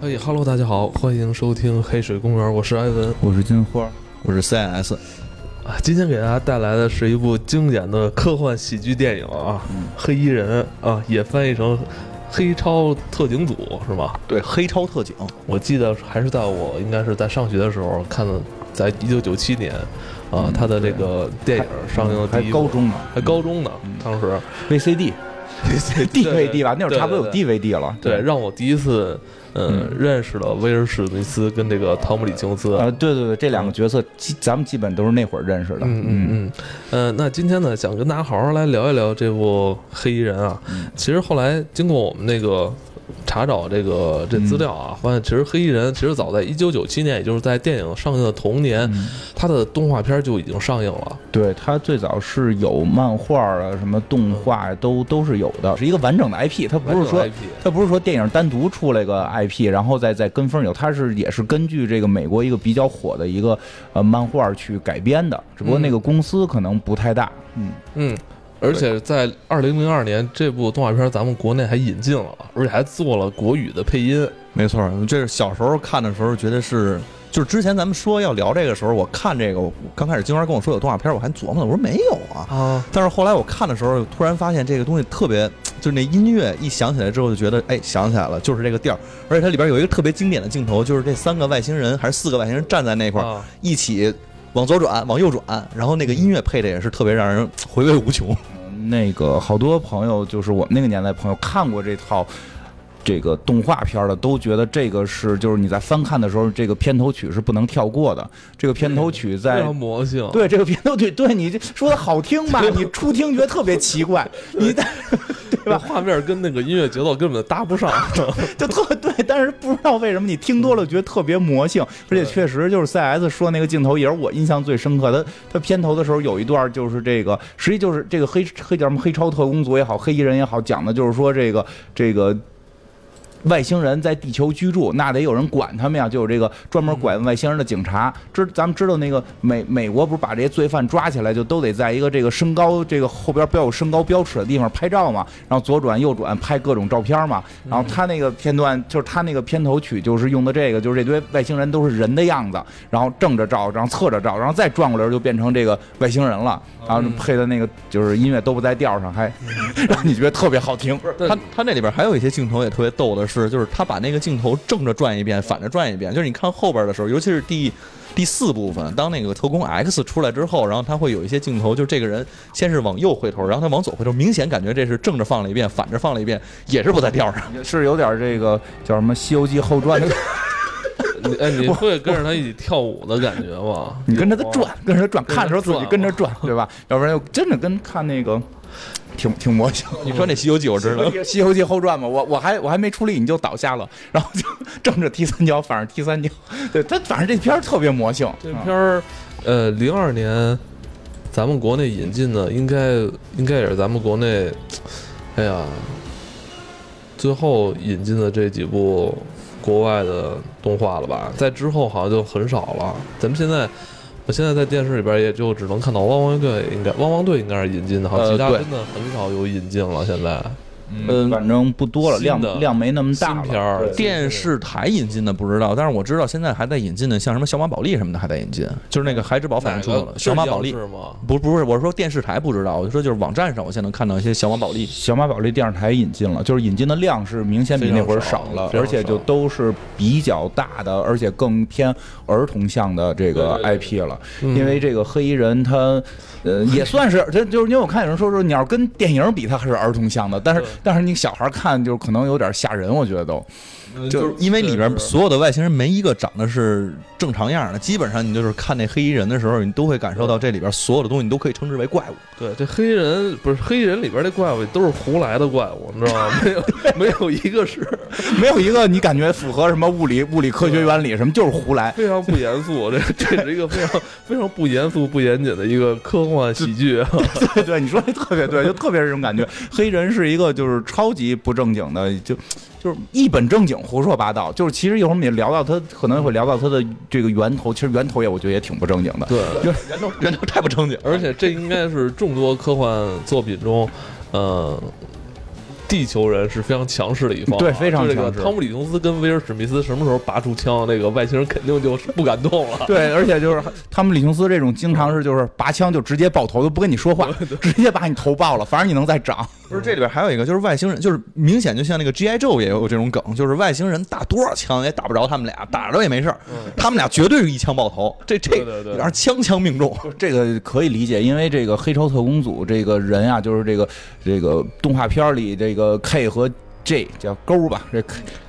嘿哈喽，大家好，欢迎收听黑水公园，我是艾文， 我是金花， 我是 CNS。 今天给大家带来的是一部经典的科幻喜剧电影啊，黑衣人啊，也翻译成黑超特警组是吧？ 对，黑超特警。 我记得还是在我应该是在上学的时候看的，在1997年啊，他的这个电影上映的第一部，还高中呢，当时 VCD 吧，那会儿差不多有 DVD 了。 对，让我第一次认识了威尔史密斯跟这个汤姆李琼斯。 对，这两个角色咱们基本都是那会儿认识的。 那今天呢，想跟大家好好来聊一聊这部黑衣人啊。其实后来经过我们那个查找这资料啊，发现其实黑衣人其实早在1997年，也就是在电影上映的同年，它的动画片就已经上映了。 对，它最早是有漫画啊，什么动画都是有的，是一个完整的 IP。它不是说电影单独出来个 IP， 然后再跟风有，它也是根据这个美国一个比较火的一个漫画去改编的，只不过那个公司可能不太大。 而且在2002年，这部动画片咱们国内还引进了，而且还做了国语的配音。 没错，这是小时候看的时候觉得是，就是之前咱们说要聊这个时候，我看这个，我刚开始金花跟我说有动画片，我还琢磨呢，我说没有啊。但是后来我看的时候，突然发现这个东西特别，就是那音乐一响起来之后，就觉得想起来了，就是这个调。而且它里边有一个特别经典的镜头，就是这3个外星人还是4个外星人站在那块儿，一起往左转，往右转，然后那个音乐配的也是特别让人回味无穷。 那个好多朋友，就是我们那个年代朋友看过这套这个动画片的，都觉得这个是就是你在翻看的时候，这个片头曲是不能跳过的。这个片头曲在非常魔性， 对这个片头曲，对你说的好听吧，你初听觉得特别奇怪，你对吧？ 画面跟那个音乐节奏根本搭不上， 就特对，但是不知道为什么你听多了觉得特别魔性，而且确实就是 CS 说那个镜头也是我印象最深刻的。他片头的时候有一段就是这个，实际就是这个黑叫什么黑超特工组也好，黑衣人也好，讲的就是说这个。外星人在地球居住，那得有人管他们呀，就有这个专门管外星人的警察。咱们知道那个美国不是把这些罪犯抓起来，就都得在一个这个身高这个后边标有身高标尺的地方拍照嘛，然后左转右转拍各种照片嘛。然后他那个片段就是他那个片头曲就是用的这个，就是这堆外星人都是人的样子，然后正着照，然后侧着照，然后再转过来就变成这个外星人了。然后配的那个就是音乐都不在调上，还让你觉得特别好听。 他那里边还有一些镜头也特别逗的是，就是他把那个镜头正着转一遍，反着转一遍。就是你看后边的时候，尤其是第4部分，当那个特工 X 出来之后，然后他会有一些镜头，就是这个人先是往右回头，然后他往左回头，明显感觉这是正着放了一遍，反着放了一遍，也是不在调上， 是有点这个叫什么《西游记后传》的。 你会跟着他一起跳舞的感觉吗？ 你跟着他转，看的时候自己跟着转，对吧？要不然真的跟看那个挺魔性。 你说那《西游记》我知道， 《西游记后传》嘛，我还没出力你就倒下了，然后就正着踢3脚，反正踢3脚。对他，反正这片特别魔性。 这片02年咱们国内引进的，应该也是咱们国内，最后引进的这几部国外的动画了吧？在之后好像就很少了。我现在在电视里边也就只能看到汪汪队应该是引进的，好，其他真的很少有引进了。现在， 反正不多了，量没那么大了。 新片电视台引进的不知道，但是我知道现在还在引进的，像什么小马宝莉什么的还在引进，就是那个孩之宝反正出了小马宝莉是吗？ 不是，我说电视台不知道，我就说就是网站上我现在能看到一些小马宝莉电视台引进了，就是引进的量是明显比那会儿少了，而且就都是比较大的，而且更偏儿童向的这个 IP 了。因为这个黑衣人他也算是，就是因为我看有人说你要跟电影比，他还是儿童向的，但是你小孩看就可能有点吓人，我觉得都。 就是因为里边所有的外星人没一个长得是正常样的，基本上你就是看那黑衣人的时候，你都会感受到这里边所有的东西你都可以称之为怪物。 对，这黑衣人不是黑衣人里边的怪物都是胡来的怪物，你知道吗？没有一个是， 没有一个你感觉符合什么物理科学原理什么，就是胡来， 非常不严肃。这是一个非常不严肃不严谨的一个科幻喜剧。 对，你说的特别对，就特别是这种感觉。黑人是一个就是超级不正经的，就是一本正经胡说八道，就是其实一会儿我们也聊到他，可能会聊到他的这个源头，其实源头我觉得也挺不正经的， 对， 源头太不正经， 而且这应该是众多科幻作品中， 地球人是非常强势的一方， 对，非常强势。 这个汤姆·李琼斯跟威尔·史密斯什么时候拔出枪，那个外星人肯定就不敢动了。 对，而且就是汤姆·李琼斯这种经常是就是拔枪就直接爆头，都不跟你说话，直接把你头爆了，反正你能再长。 不是，这里边还有一个就是外星人，就是明显就像那个 G.I. Joe 也有这种梗，就是外星人打多少枪也打不着他们俩，打着也没事他们俩绝对是一枪爆头，这有点枪枪命中。 这个可以理解，因为这个黑超特工组这个人啊，就是这个动画片里这个 K 和 J 叫勾吧，这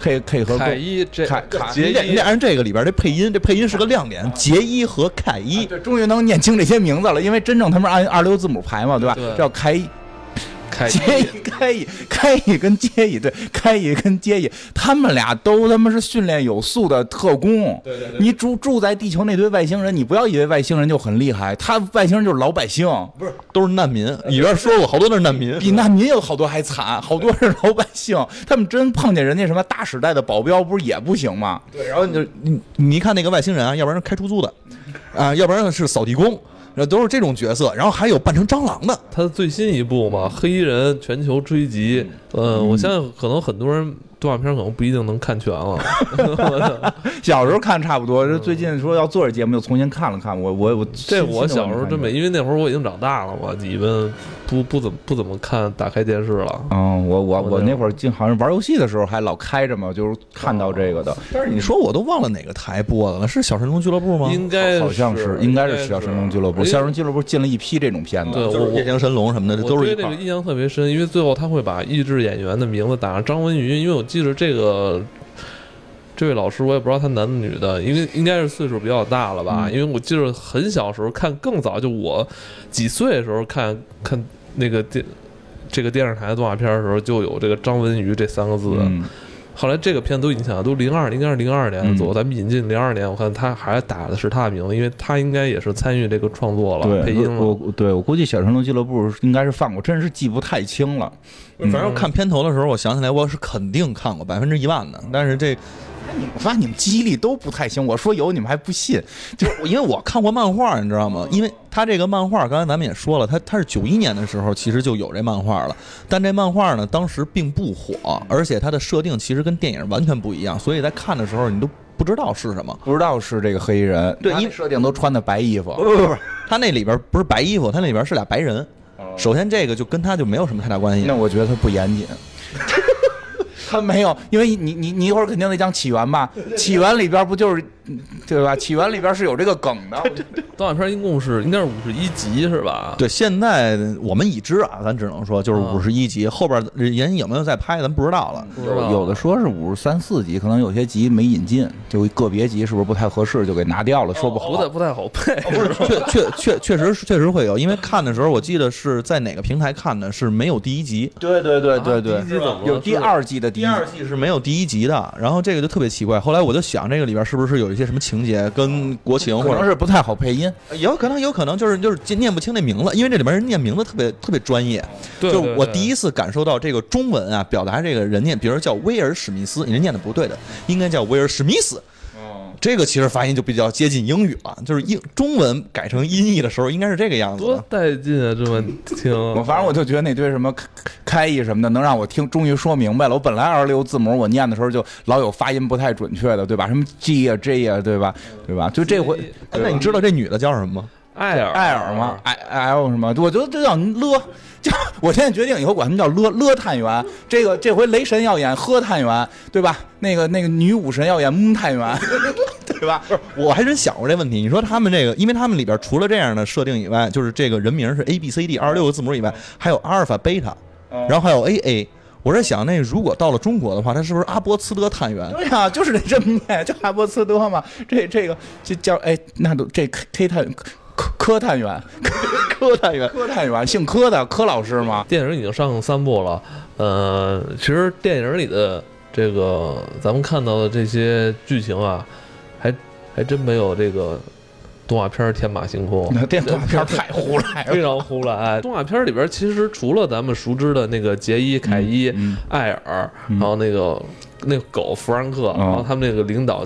K 和凯伊这杰伊，你按这个里边这配音是个亮点，杰伊和凯伊， 对，终于能念清这些名字了，因为真正他们按26字母排嘛，对吧？叫凯伊。开乙跟接乙，对，开乙跟接乙，他们俩都他妈是训练有素的特工。 对， 你住在地球那堆外星人，你不要以为外星人就很厉害，他外星人就是老百姓， 不是都是难民。里边说过好多都是难民， 比难民有好多还惨，好多是老百姓。他们真碰见人家什么大时代的保镖，不是也不行吗？ 对，然后你一看那个外星人啊，要不然是开出租的，啊，要不然是扫地工。都是这种角色，然后还有扮成蟑螂的。 他的最新一部嘛，黑衣人全球追击，我相信可能很多人动画片可能不一定能看全了。 小时候看差不多，最近说要做这节目，又重新看了看。我小时候真没，因为那会儿我已经长大了嘛，你们不怎么看打开电视了。 我那会儿好像玩游戏的时候还老开着嘛，就是看到这个的。 但是你说我都忘了哪个台播的了，是小神龙俱乐部吗？ 应该好像是，应该是小神龙俱乐部。小神龙俱乐部进了一批这种片子， 就是夜行神龙什么的，都是一块。 我对这个印象特别深，因为最后他会把译制演员的名字打上张文瑜，因为我记得这位老师，我也不知道他男的女的，应该是岁数比较大了吧？因为我记得很小时候看，更早就我几岁的时候看那个这个电视台的动画片的时候，就有这个张文瑜这3个字。后来这个片都已经想都02，应该是02年左右，咱们引进02年，我看他还打的是他的名字，因为他应该也是参与这个创作了，配音了。 我估计小神龙俱乐部应该是放过，真是记不太清了。 反正看片头的时候，我想起来我是肯定看过100%的，但是这。 我发现你们记忆力都不太行，我说有你们还不信， 就因为我看过漫画，你知道吗？因为他这个漫画，刚才咱们也说了，他是91年的时候其实就有这漫画了，但这漫画呢当时并不火，而且它的设定其实跟电影完全不一样，所以在看的时候你都不知道是什么， 不知道是这个黑衣人， 对， 因为设定都穿的白衣服， 不，他那里边不是白衣服，他那里边是俩白人。首先这个就跟他就没有什么太大关系。 那我觉得他不严谨。他没有，因为你一会儿肯定得讲起源吧？起源里边不就是对吧？起源里边是有这个梗的。 动画片一共应该是51集是吧？ 对，现在我们已知啊，咱只能说就是51集，后边人有没有在拍，咱不知道了。 有的说是53、4集，可能有些集没引进，就个别集是不是不太合适，就给拿掉了，说不好。 不太好配。 不是，确实会有，因为看的时候我记得是在哪个平台看的，是没有第1集。 对， 第一集有第2季的第2季是没有第1集的，然后这个就特别奇怪。后来我就想，这个里边是不是有一些什么情节跟国情， 可能是不太好配音， 有可能就是念不清那名字，因为这里边人念名字特别专业。 对， 就是我第一次感受到这个中文啊，表达这个人念，比如叫威尔史密斯，人念的不对的，应该叫威尔史密斯。这个其实发音就比较接近英语了，就是中文改成音译的时候应该是这个样子。 多带劲啊！这么听， 反正我就觉得那堆什么开译什么的，能让我听，终于说明白了。我本来26字母我念的时候就老有发音不太准确的，对吧？什么 G 啊 J 啊，对吧？就这回， 那你知道这女的叫什么吗？ 艾尔吗 ？L 什么？我觉得这叫乐。我现在决定以后管他们叫乐探员。这回雷神要演喝探员，对吧？那个女武神要演探员，对吧？ 我还真想过这问题。你说他们这个，因为他们里边除了这样的设定以外，就是这个人名是 ABCD 26个字母以外，还有阿尔法、贝塔，然后还有 AA。我在想，那如果到了中国的话，他是不是阿波茨德探员？ 对呀，就是得这么念，叫阿波茨德嘛。这个就叫那都这 K 探柯探员，柯探员，姓柯的柯老师吗？ 电影已经上3部了，其实电影里的这个咱们看到的这些剧情啊，还真没有这个动画片天马行空。 那动画片太胡来了， 非常胡来。动画片里边其实除了咱们熟知的那个杰伊、凯伊、艾尔，然后那个狗弗兰克，然后他们那个领导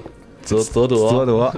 泽德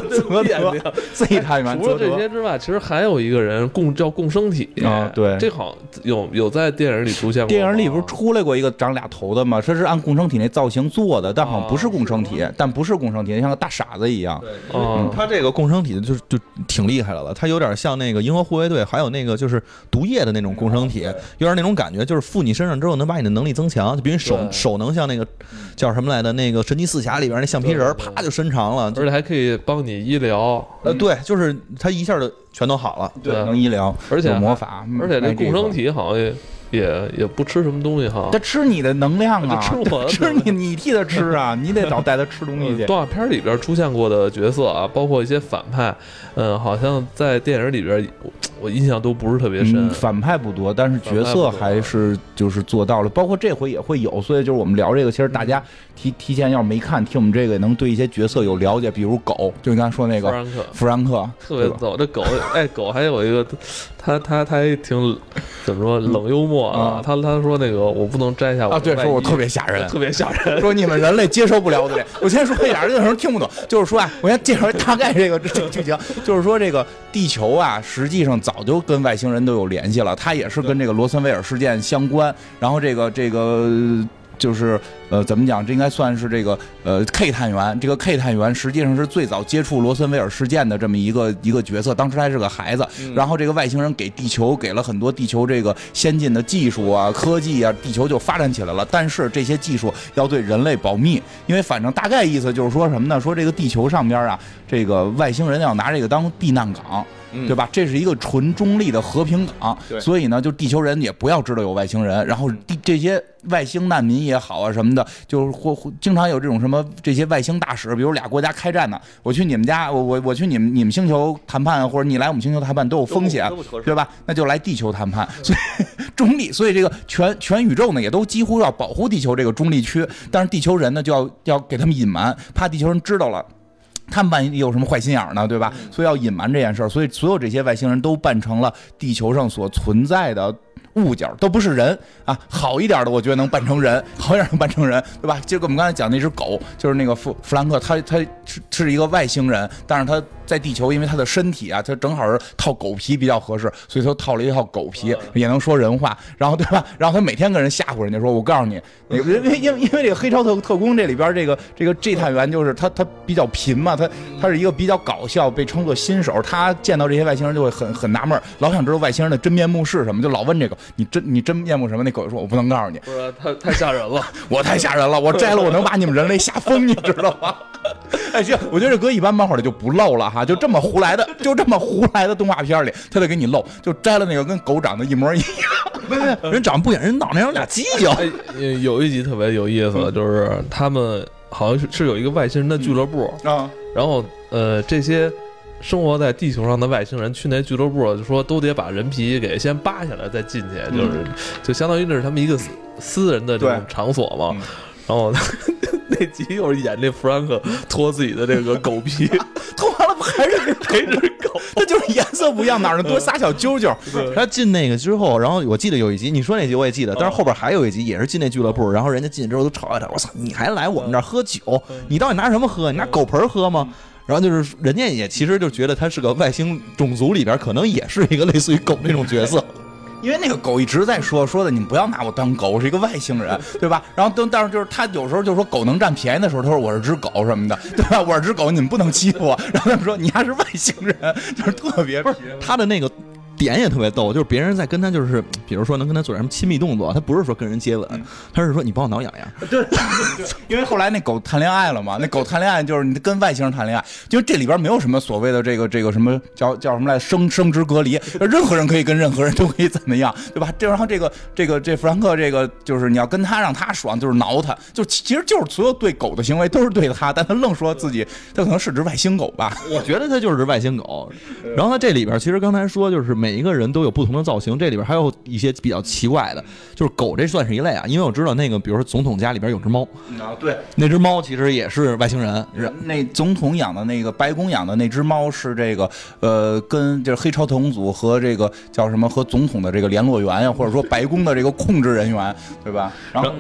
Z 探员。 除了这些之外，其实还有一个人叫共生体啊，对， 这好有在电影里出现过。 电影里不是出来过一个长俩头的吗？这是按共生体那造型做的，但好像不是共生体，但不是共生体，像个大傻子一样。 他这个共生体就挺厉害了，他有点像那个银河护卫队，还有那个就是毒液的那种共生体，有点那种感觉，就是附你身上之后能把你的能力增强，就比如手能像那个叫什么来的那个神奇四侠里边那橡皮人，啪就伸长了， 而且还可以帮你医疗。 对，就是他一下就全都好了， 对，能医疗， 而且有魔法， 而且这共生体好像也不吃什么东西哈， 他吃你的能量啊， 吃你替他吃啊，你得老带他吃东西去。 动画片里边出现过的角色啊，包括一些反派，好像在电影里边我印象都不是特别深。 反派不多，但是角色还是就是做到了，包括这回也会有，所以就是我们聊这个，其实大家提前要是没看，听我们这个能对一些角色有了解，比如狗，就你刚才说那个弗兰克， 特别逗。这狗，狗还有一个，他还挺怎么说冷幽默。他说那个我不能摘下我对，说我特别吓人， 特别吓人， 说你们人类接受不了的。我先说一点，有人听不懂，就是说我先介绍大概这个剧情，就是说这个地球啊，实际上早就跟外星人都有联系了，它也是跟这个罗森威尔事件相关，然后这个就是怎么讲？这应该算是这个K 探员。这个 K 探员实际上是最早接触罗森威尔事件的这么一个角色，当时还是个孩子。然后这个外星人给地球给了很多地球这个先进的技术啊、科技啊，地球就发展起来了。但是这些技术要对人类保密，因为反正大概意思就是说什么呢？说这个地球上边啊，这个外星人要拿这个当避难港。对吧？这是一个纯中立的和平港，所以呢，就地球人也不要知道有外星人，然后这些外星难民也好啊什么的，就是经常有这种什么这些外星大使，比如俩国家开战呢，我去你们家，我去你们星球谈判，或者你来我们星球谈判都有风险，对吧？那就来地球谈判，所以中立，所以这个全宇宙呢也都几乎要保护地球这个中立区，但是地球人呢就要给他们隐瞒，怕地球人知道了。他们万一有什么坏心眼呢，对吧？所以要隐瞒这件事儿，所以所有这些外星人都扮成了地球上所存在的物件，都不是人啊。好一点的，我觉得能扮成人，好一点能扮成人，对吧？就跟我们刚才讲那只狗，就是那个弗兰克，他是一个外星人，但是他在地球，因为他的身体啊，他正好是套狗皮比较合适，所以他套了一套狗皮，也能说人话，然后对吧？然后他每天跟人吓唬人家说，我告诉你，因为这个黑超特工这里边这个 G 探员就是他比较贫嘛，他是一个比较搞笑，被称作新手，他见到这些外星人就会很纳闷，老想知道外星人的真面目是什么，就老问这个你真面目什么？那狗说我不能告诉你， 不是他太吓人了， 我太吓人了，我摘了我能把你们人类吓疯，你知道吗？哎，行，我觉得这搁一般漫画里就不露了哈，就这么胡来的动画片里，他得给你露，就摘了那个跟狗长得一模一样， 不是人长得不一样，人脑袋上有俩犄角。 有一集特别有意思，就是他们好像是有一个外星人的俱乐部啊， 然后这些生活在地球上的外星人去那俱乐部，就说都得把人皮给先扒下来再进去，就相当于那是他们一个私人的这种场所嘛。然后那集又是演这弗兰克脱自己的这个狗皮， 脱完了不还是狗？它就是颜色不一样，哪儿多仨小揪揪。 他进那个之后，然后我记得有一集，你说那集我也记得，但是后边还有一集也是进那俱乐部，然后人家进去之后都吵一吵，我操，你还来我们这儿喝酒？你到底拿什么喝？你拿狗盆喝吗？然后就是人家也其实就觉得他是个外星种族里边可能也是一个类似于狗那种角色。 因为那个狗一直在说的，你们不要拿我当狗，我是一个外星人，对吧？然后但是就是他有时候就说狗能占便宜的时候，他说我是只狗什么的，对吧？我是只狗，你们不能欺负我。然后他们说你还是外星人，就是特别不是他的那个点也特别逗，就是别人在跟他就是比如说能跟他做什么亲密动作，他不是说跟人接吻，他是说你帮我挠痒痒。 对，因为后来那狗谈恋爱了嘛，那狗谈恋爱就是你跟外星人谈恋爱，因为这里边没有什么所谓的这个什么叫什么来生殖隔离，任何人可以跟任何人都可以怎么样，对吧？然后这弗兰克这个就是你要跟他让他爽，就是挠他，就其实就是所有对狗的行为都是对他，但他愣说自己他可能是只外星狗吧？ 我觉得他就是只外星狗。然后他这里边其实刚才说就是每一个人都有不同的造型，这里边还有一些比较奇怪的，就是狗这算是一类啊，因为我知道那个比如说总统家里边有只猫啊，对， 那只猫其实也是外星人， 那总统养的那个白宫养的那只猫是这个跟就是黑超特工组和这个叫什么和总统的这个联络员呀，或者说白宫的这个控制人员，对吧？然后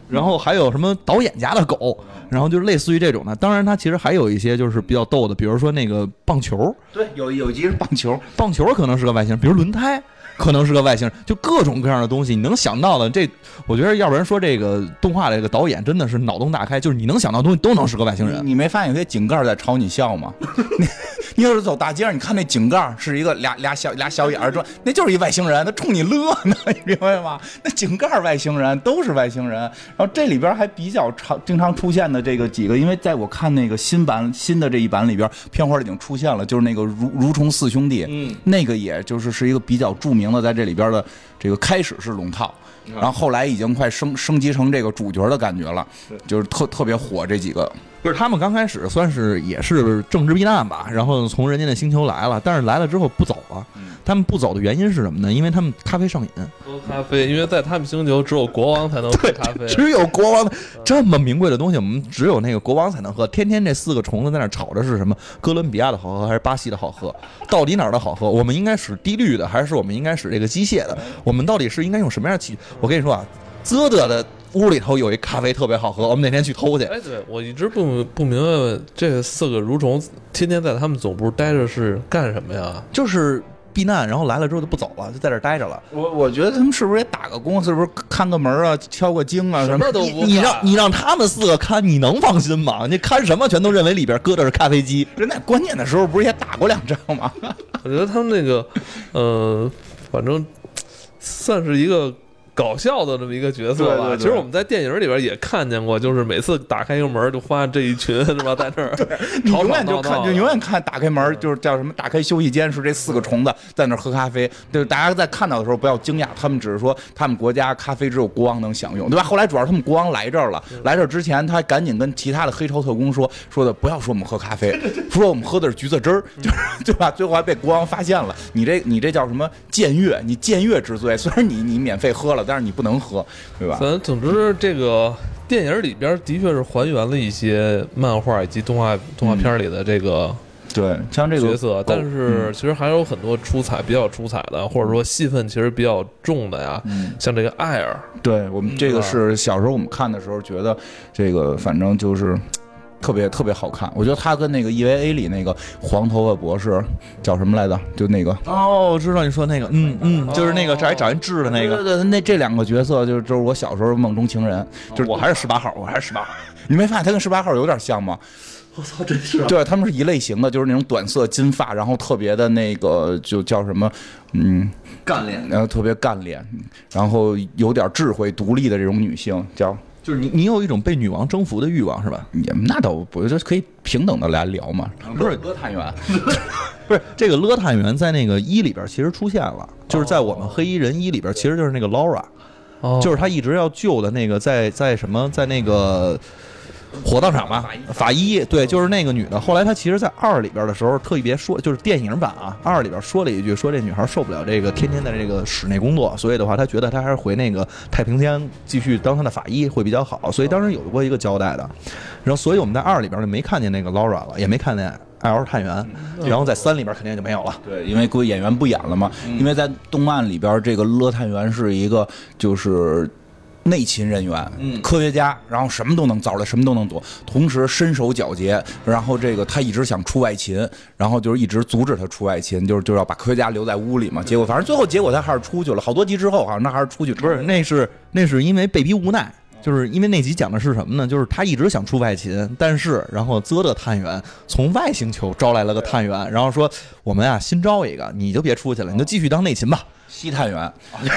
然后还有什么导演家的狗，然后就是类似于这种的。当然，它其实还有一些就是比较逗的，比如说那个棒球， 对，有一集是棒球， 棒球可能是个外星人，比如轮胎。可能是个外星人，就各种各样的东西，你能想到的这，我觉得要不然说这个动画这个导演真的是脑洞大开，就是你能想到的东西都能是个外星人。 你没发现有些井盖在朝你笑吗？你要是走大街上，你看那井盖是一个俩小眼儿，那就是一外星人，他冲你乐呢，你明白吗？那井盖外星人都是外星人。然后这里边还比较经常出现的这个几个，因为在我看那个新的这一版里边，片花已经出现了，就是那个蠕虫四兄弟，那个也就是一个比较著名的，在这里边的这个开始是龙套。然后后来已经快升级成这个主角的感觉了，就是特别火这几个。 就是他们刚开始算是也是政治避难吧，然后从人家的星球来了，但是来了之后不走了。他们不走的原因是什么呢？因为他们咖啡上瘾， 喝咖啡，因为在他们星球只有国王才能喝咖啡， 只有国王这么名贵的东西，我们只有那个国王才能喝。天天这4个虫子在那吵着是什么哥伦比亚的好喝还是巴西的好喝？到底哪儿的好喝？我们应该使低滤的还是我们应该使这个机械的？我们到底是应该用什么样的器具？我跟你说啊，泽德的屋里头有一咖啡特别好喝，我们那天去偷去。 哎，对，我一直不明白这4个蠕虫天天在他们总部待着是干什么呀？ 就是避难，然后来了之后就不走了，就在这待着了。 我觉得他们是不是也打个工，是不是看个门啊，敲个经啊， 什么都不你让他们4个看，你能放心吗？你看什么全都认为里边搁的是咖啡机。 人家关键的时候不是也打过2仗吗？ 我觉得他们那个反正算是一个搞笑的这么一个角色吧。 对， 其实我们在电影里边也看见过，就是每次打开一个门就发现这一群是吧，在那儿你永远永远看打开门就是叫什么，打开休息间是这4个虫子在那儿喝咖啡。就是大家在看到的时候不要惊讶，他们只是说他们国家咖啡只有国王能享用，对吧？后来主要他们国王来这儿了，来这儿之前他赶紧跟其他的黑潮特工说的不要说我们喝咖啡，说我们喝的是橘子汁儿，就是对吧？最后还被国王发现了，你这叫什么僭越？你僭越之罪，虽然你免费喝了，但是你不能喝，对吧？ 总之，这个电影里边的确是还原了一些漫画以及动画片里的这个对像这个角色，但是其实还有很多比较出彩的，或者说戏份其实比较重的呀，像这个艾尔。 对我们这个是小时候我们看的时候觉得这个反正就是特别好看。我觉得他跟那个 EVA 里那个黄头发博士叫什么来着？就那个我知道你说那个，就是那个找人治的那个。 对，那这2个角色就是我小时候梦中情人。就是我还是18号， 你没发现他跟18号有点像吗？ 我操，真是！ 对，他们是一类型的，就是那种短色金发，然后特别的那个就叫什么， 干练， 然后特别干练，然后有点智慧、独立的这种女性， 就是你有一种被女王征服的欲望是吧？ 也那倒不，就可以平等的来聊嘛。 不是勒探员， 不是这个勒探员在那个1里边其实出现了，就是在我们黑衣人1里边，其实就是那个 Laura，就是他一直要救的那个在什么在那个。火葬场嘛，法医，对，就是那个女的。后来她其实，在2里边的时候，特别说，就是电影版啊，2里边说了一句，说这女孩受不了这个天天在这个室内工作，所以的话，她觉得她还是回那个太平间继续当她的法医会比较好。所以当时有过一个交代的。然后，所以我们在2里边就没看见那个 Laura 了，也没看见艾尔探员。然后在3里边肯定就没有了。 对，因为估计演员不演了嘛。因为在动漫里边，这个勒探员是一个就是内勤人员，科学家，然后什么都能造出来，什么都能做，同时身手矫捷。然后这个他一直想出外勤，然后就是一直阻止他出外勤，就要把科学家留在屋里嘛。结果反正最后结果他还是出去了，好多集之后好像他还是出去。 不是，那是因为被逼无奈。就是因为那集讲的是什么呢？就是他一直想出外勤，但是然后泽德探员从外星球招来了个探员，然后说我们啊新招一个，你就别出去了，你就继续当内勤吧。 西探员，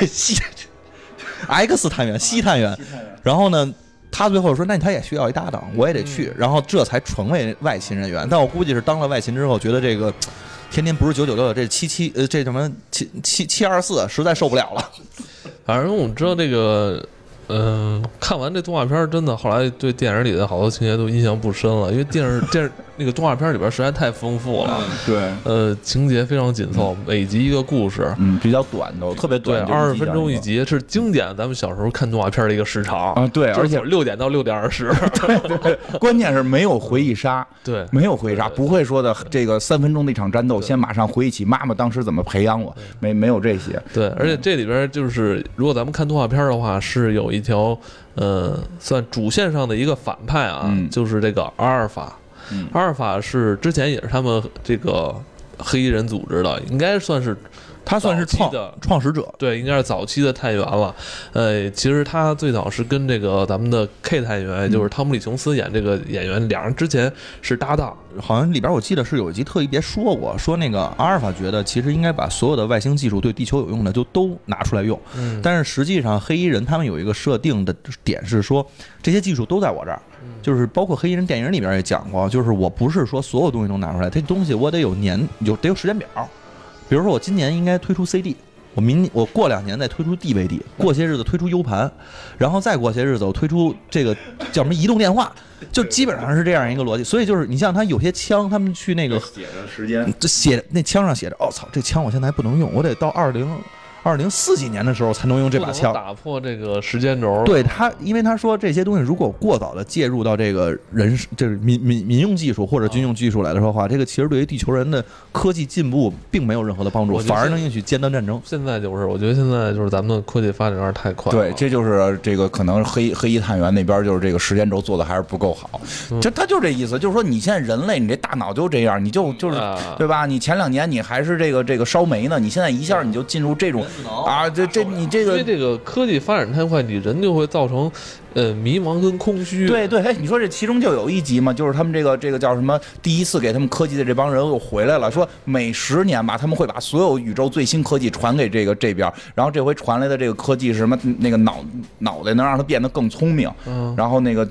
X 探员，西探员。然后呢，他最后说，那他也需要一搭档，我也得去，然后这才成为外勤人员。但我估计是当了外勤之后，觉得这个天天不是996，这77这什么724实在受不了了。 反正我们知道这个。看完这动画片真的后来对电影里的好多情节都印象不深了，因为电影那个动画片里边实在太丰富了， 对， 情节非常紧凑，每集一个故事， 比较短的，特别短， 对，20分钟一集是经典咱们小时候看动画片的一个时长啊，对，而且 6点到6点20， 对，关键是没有回忆杀， 对， 没有回忆杀，不会说的这个3分钟的一场战斗，先马上回忆起妈妈当时怎么培养我，没有这些， 对，而且这里边就是如果咱们看动画片的话，是有一条算主线上的一个反派啊，就是这个阿尔法。阿尔法是之前也是他们这个黑衣人组织的，应该算是他算是创始者， 对，应该是早期的探员了。其实他最早是跟这个咱们的 K 探员，就是汤姆·李·琼斯演这个演员，两人之前是搭档。 好像里边我记得是有一集特意别说过，说那个阿尔法觉得其实应该把所有的外星技术对地球有用的就都拿出来用，但是实际上黑衣人他们有一个设定的点是说这些技术都在我这儿。就是包括黑衣人电影里边也讲过，就是我不是说所有东西都拿出来，这东西我得有得有时间表。比如说我今年应该推出 CD， 我过2年再推出 DVD， 过些日子推出 U 盘，然后再过些日子我推出这个叫什么移动电话，就基本上是这样一个逻辑。所以就是你像他有些枪，他们去那个写着时间， 写那枪上写着，操，这枪我现在还不能用，我得到2040几年的时候才能用这把枪， 打破这个时间轴。 对他，因为他说这些东西如果过早的介入到这个就是民用技术或者军用技术来的话，这个其实对于地球人的科技进步并没有任何的帮助，反而能引起尖端战争。 现在就是，我觉得现在就是咱们的科技发展有点太快了。 对，这就是这个可能黑衣探员那边就是这个时间轴做的还是不够好。他就这意思，就是说你现在人类你这大脑就这样，你就是对吧？你前2年你还是这个烧煤呢，你现在一下你就进入这种。啊，你这个， 因为这个科技发展太快，你人就会造成迷茫跟空虚。 对，哎，你说这其中就有一集嘛，就是他们这个叫什么？第一次给他们科技的这帮人又回来了，说每10年吧，他们会把所有宇宙最新科技传给这边，然后这回传来的这个科技是什么？那个脑袋能让他变得更聪明，然后那个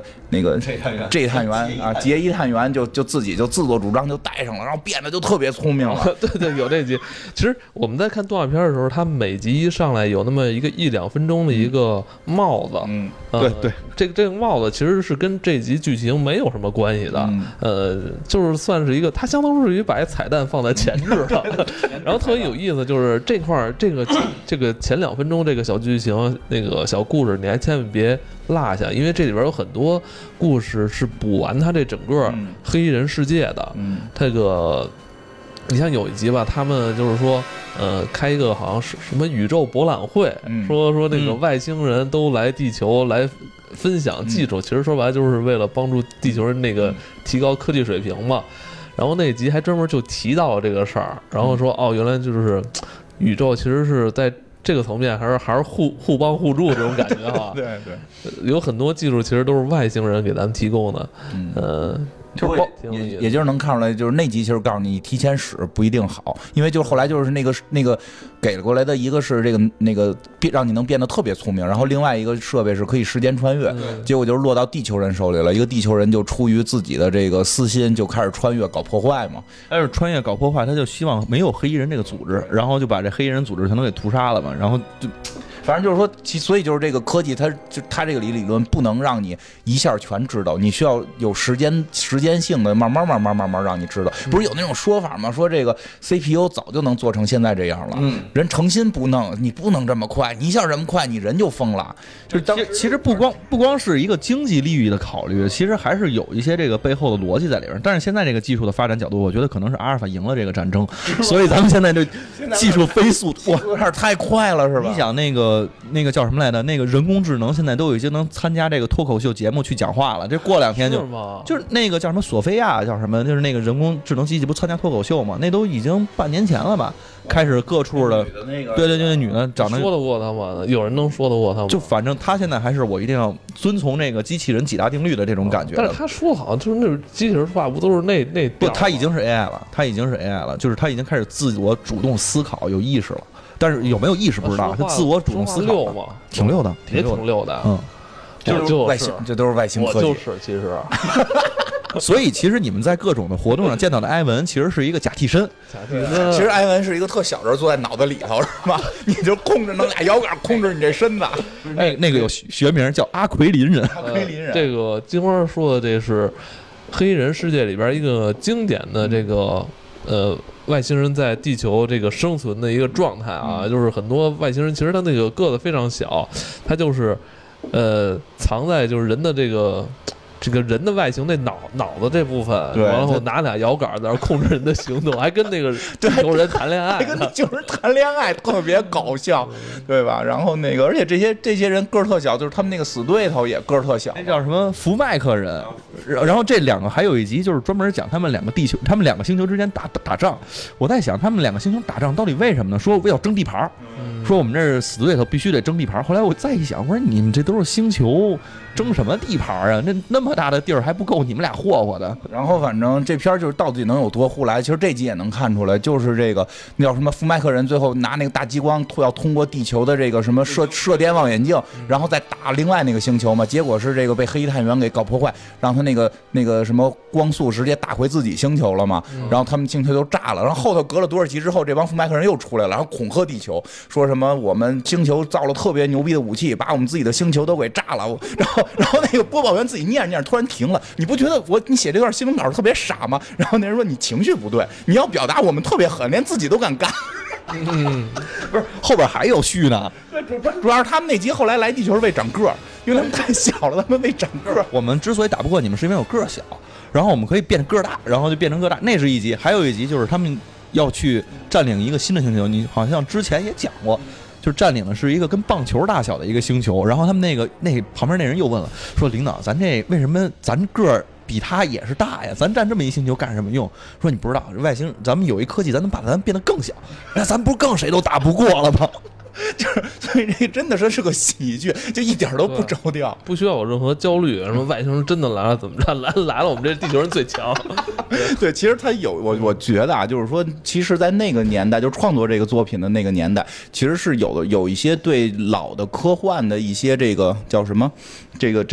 J 探员啊，杰伊探员就自己就自作主张就带上了，然后变得就特别聪明了。 对，有这集。其实我们在看动画片的时候，他每集一上来有那么1-2分钟的一个帽子， 对， 这个帽子其实是跟这集剧情没有什么关系的，就是算是一个，它相当于把彩蛋放在前置了，然后特别有意思，就是这块这个前2分钟这个小剧情那个小故事，你还千万别落下，因为这里边有很多故事是补完它这整个黑衣人世界的，这个。你像有一集吧，他们就是说，开一个好像是什么宇宙博览会，说那个外星人都来地球来分享技术，其实说白了就是为了帮助地球人那个提高科技水平嘛。然后那集还专门就提到了这个事儿，然后说原来就是宇宙其实是在这个层面还是互帮互助这种感觉哈。 对， 有很多技术其实都是外星人给咱们提供的， 就是也就是能看出来，就是那集其实告诉你提前使不一定好，因为就是后来就是那个给过来的一个是那个让你能变得特别聪明，然后另外一个设备是可以时间穿越，结果就是落到地球人手里了，一个地球人就出于自己的这个私心就开始穿越搞破坏嘛， 但是穿越搞破坏他就希望没有黑衣人这个组织，然后就把这黑衣人组织全都给屠杀了嘛，然后就。 反正就是说，所以就是这个科技，它这个理论不能让你一下全知道，你需要有时间性的，慢慢让你知道。不是有那种说法吗？说这个 CPU 早就能做成现在这样了，人诚心不弄，你不能这么快，你一下这么快，你人就疯了。 就是其实不光是一个经济利益的考虑，其实还是有一些这个背后的逻辑在里边。但是现在这个技术的发展角度，我觉得可能是阿尔法赢了这个战争，所以咱们现在这技术飞速， 哇，有点太快了，是吧？ 你想那个叫什么来着？那个人工智能现在都已经能参加这个脱口秀节目去讲话了。这过2天就是那个叫什么索菲亚叫什么？就是那个人工智能机器不参加脱口秀吗？那都已经半年前了吧？开始各处的，对，那女的长得说得过他吗？有人能说得过他吗？ 就反正他现在还是我一定要遵从那个机器人几大定律的这种感觉。 但是他说好像就是那种机器人说话不都是那不？他已经是 AI 了，就是他已经开始自我主动思考，有意识了。但是有没有意识不知道，他自我主动思考嘛， 挺溜的， 也挺溜的， 就是外星，这都是外星科技。 我就是其实。 所以其实你们在各种的活动上见到的埃文，其实是一个假替身。 其实埃文是一个特小人坐在脑子里头，是吧？你就控制弄俩摇杆控制你这身子。 那个有学名叫阿奎林人。 阿奎林人。 这个金花说的这是黑衣人世界里边一个经典的这个外星人在地球这个生存的一个状态啊，就是很多外星人其实他那个个子非常小，他就是藏在就是人的这个人的外形那脑子这部分，然后拿俩摇杆在那控制人的行动，还跟那个地球人谈恋爱， 跟地球人谈恋爱特别搞笑，对吧？然后那个，而且这些人个儿特小，就是他们那个死对头也个儿特小， 那叫什么福麦克人。然后这两个还有一集就是专门讲他们两个星球之间打仗。我在想他们两个星球打仗到底为什么呢？说要争地盘，说我们这是死对头必须得争地盘。后来我再一想，我说你们这都是星球，争什么地盘啊？那么大的地儿还不够你们俩霍霍的。 然后反正这片就是到底能有多胡来，其实这集也能看出来，就是这个那叫什么福麦克人最后拿那个大激光要通过地球的这个什么射电望远镜，然后再打另外那个星球嘛，结果是这个被黑衣探员给搞破坏，让他那个什么光速直接打回自己星球了嘛，然后他们星球就炸了，然后后头隔了多少集之后，这帮福麦克人又出来了，然后恐吓地球，说什么我们星球造了特别牛逼的武器，把我们自己的星球都给炸了，然后那个播报员自己念着念着突然停了，你不觉得你写这段新闻稿特别傻吗？然后那人说你情绪不对，你要表达我们特别狠，连自己都敢干。 不是后边还有续呢。 主要是他们那集后来来地球是为长个儿，因为他们太小了，他们为长个儿。 我们之所以打不过你们，是因为我个儿小，然后我们可以变个儿大，然后就变成个儿大。那是一集，还有一集就是他们要去占领一个新的星球，你好像之前也讲过。就是占领的是一个跟棒球大小的一个星球，然后他们那旁边那人又问了，说领导，咱这为什么咱个儿比他也是大呀？咱占这么一星球干什么用？说你不知道，外星咱们有一科技，咱能把咱变得更小，那咱不是更谁都打不过了吗？ 就是所以这真的是个喜剧，就一点都不着调， 不需要有任何焦虑。什么外星人真的来了怎么着？来了，我们这地球人最强。 对，其实他有我觉得啊，就是说，其实，在那个年代，就创作这个作品的那个年代，其实是有一些对老的科幻的一些这个叫什么，这个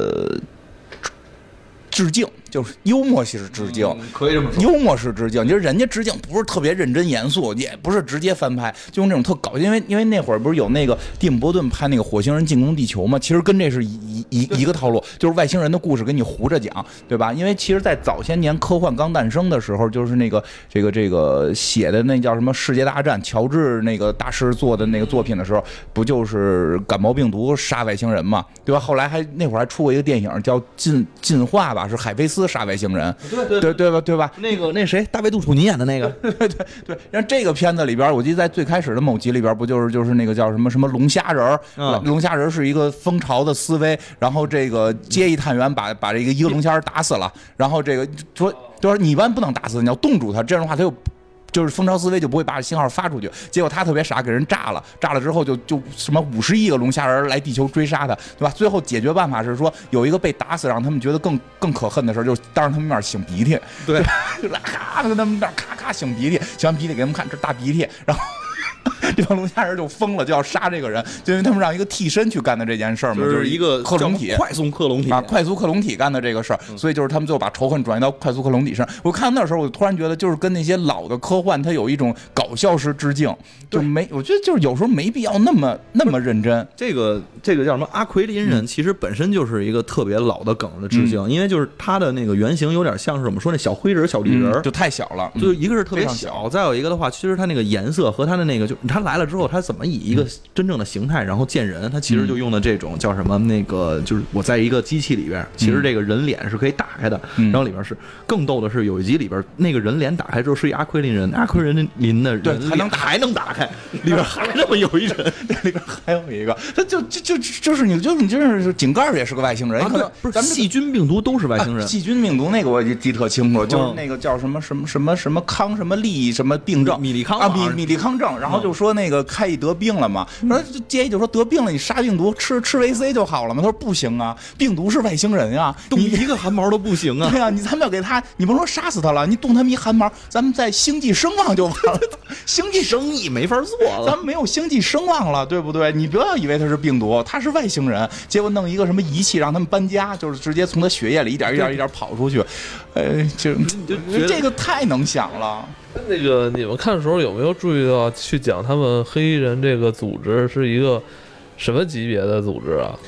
致敬。就是幽默式致敬， 可以这么说。 幽默式致敬，就是人家致敬不是特别认真严肃，也不是直接翻拍，就用这种特搞。因为那会儿不是有那个蒂姆·波顿拍那个《火星人进攻地球》吗？其实跟这是一个套路，就是外星人的故事给你胡着讲，对吧？因为其实，在早些年科幻刚诞生的时候，就是那个这个写的那叫什么《世界大战》，乔治那个大师做的那个作品的时候，不就是感冒病毒杀外星人嘛，对吧？后来那会儿还出过一个电影叫进化吧，是海飞丝杀外星人，对吧？ 那谁，大卫杜楚尼演的那个， 对。然后这个片子里边，我记得在最开始的某集里边，不就是那个叫什么龙虾人，龙虾人是一个蜂巢的思维，然后这个接一探员把这个一个龙虾人打死了，然后这个说你一般不能打死，你要冻住他，这样的话他就是蜂巢思维就不会把信号发出去，结果他特别傻，给人炸了之后就什么50亿个龙虾人来地球追杀他，对吧？最后解决办法是说有一个被打死，让他们觉得更可恨的事，就是当着他们面擤鼻涕， 对， 就咔跟他们那咔擤鼻涕，擤完鼻涕给他们看这大鼻涕，然后这帮龙虾人就疯了，就要杀这个人，就因为他们让一个替身去干的这件事嘛，就是一个克隆体， 快速克隆体啊，快速克隆体干的这个事儿，所以就是他们最后把仇恨转移到快速克隆体上。我看到那时候，我突然觉得，就是跟那些老的科幻，它有一种搞笑式致敬，就我觉得就是有时候没必要那么认真。 这个叫什么？阿奎林人其实本身就是一个特别老的梗的致敬，因为就是它的那个原型有点像是我们说那小灰人、小绿人， 就太小了， 就一个是特别小，再有一个的话，其实它那个颜色和它的那个，就它来了之后，它怎么以一个真正的形态然后见人，它其实就用的这种叫什么那个，就是我在一个机器里边，其实这个人脸是可以打开的，然后里边是更逗的是有一集里边那个人脸打开之后是一阿奎林人，阿奎林的人脸还能打开，里边还那么有一人， 里边还有一个，他就是你就是井盖也是个外星人，可能不是咱们细菌病毒都是外星人， 细菌病毒那个我记特清楚，就是那个叫什么康什么利什么病症， 米利康啊米利康症，然后就说那个开一得病了嘛，说建议就说得病了你杀病毒吃维 C 就好了嘛，他说不行啊，病毒是外星人呀， 动一个汗毛都不行啊， 对啊，咱们要给他，你甭说杀死他了，你动他们一汗毛，咱们在星际声望就完了，星际生意没法做了， 咱们没有星际声望了，对不对？你不要以为他是病毒，他是外星人，结果弄一个什么仪器让他们搬家，就是直接从他血液里一点跑出去，就这个太能想了。 那个你们看的时候有没有注意到去讲他们黑衣人这个组织是一个什么级别的组织啊？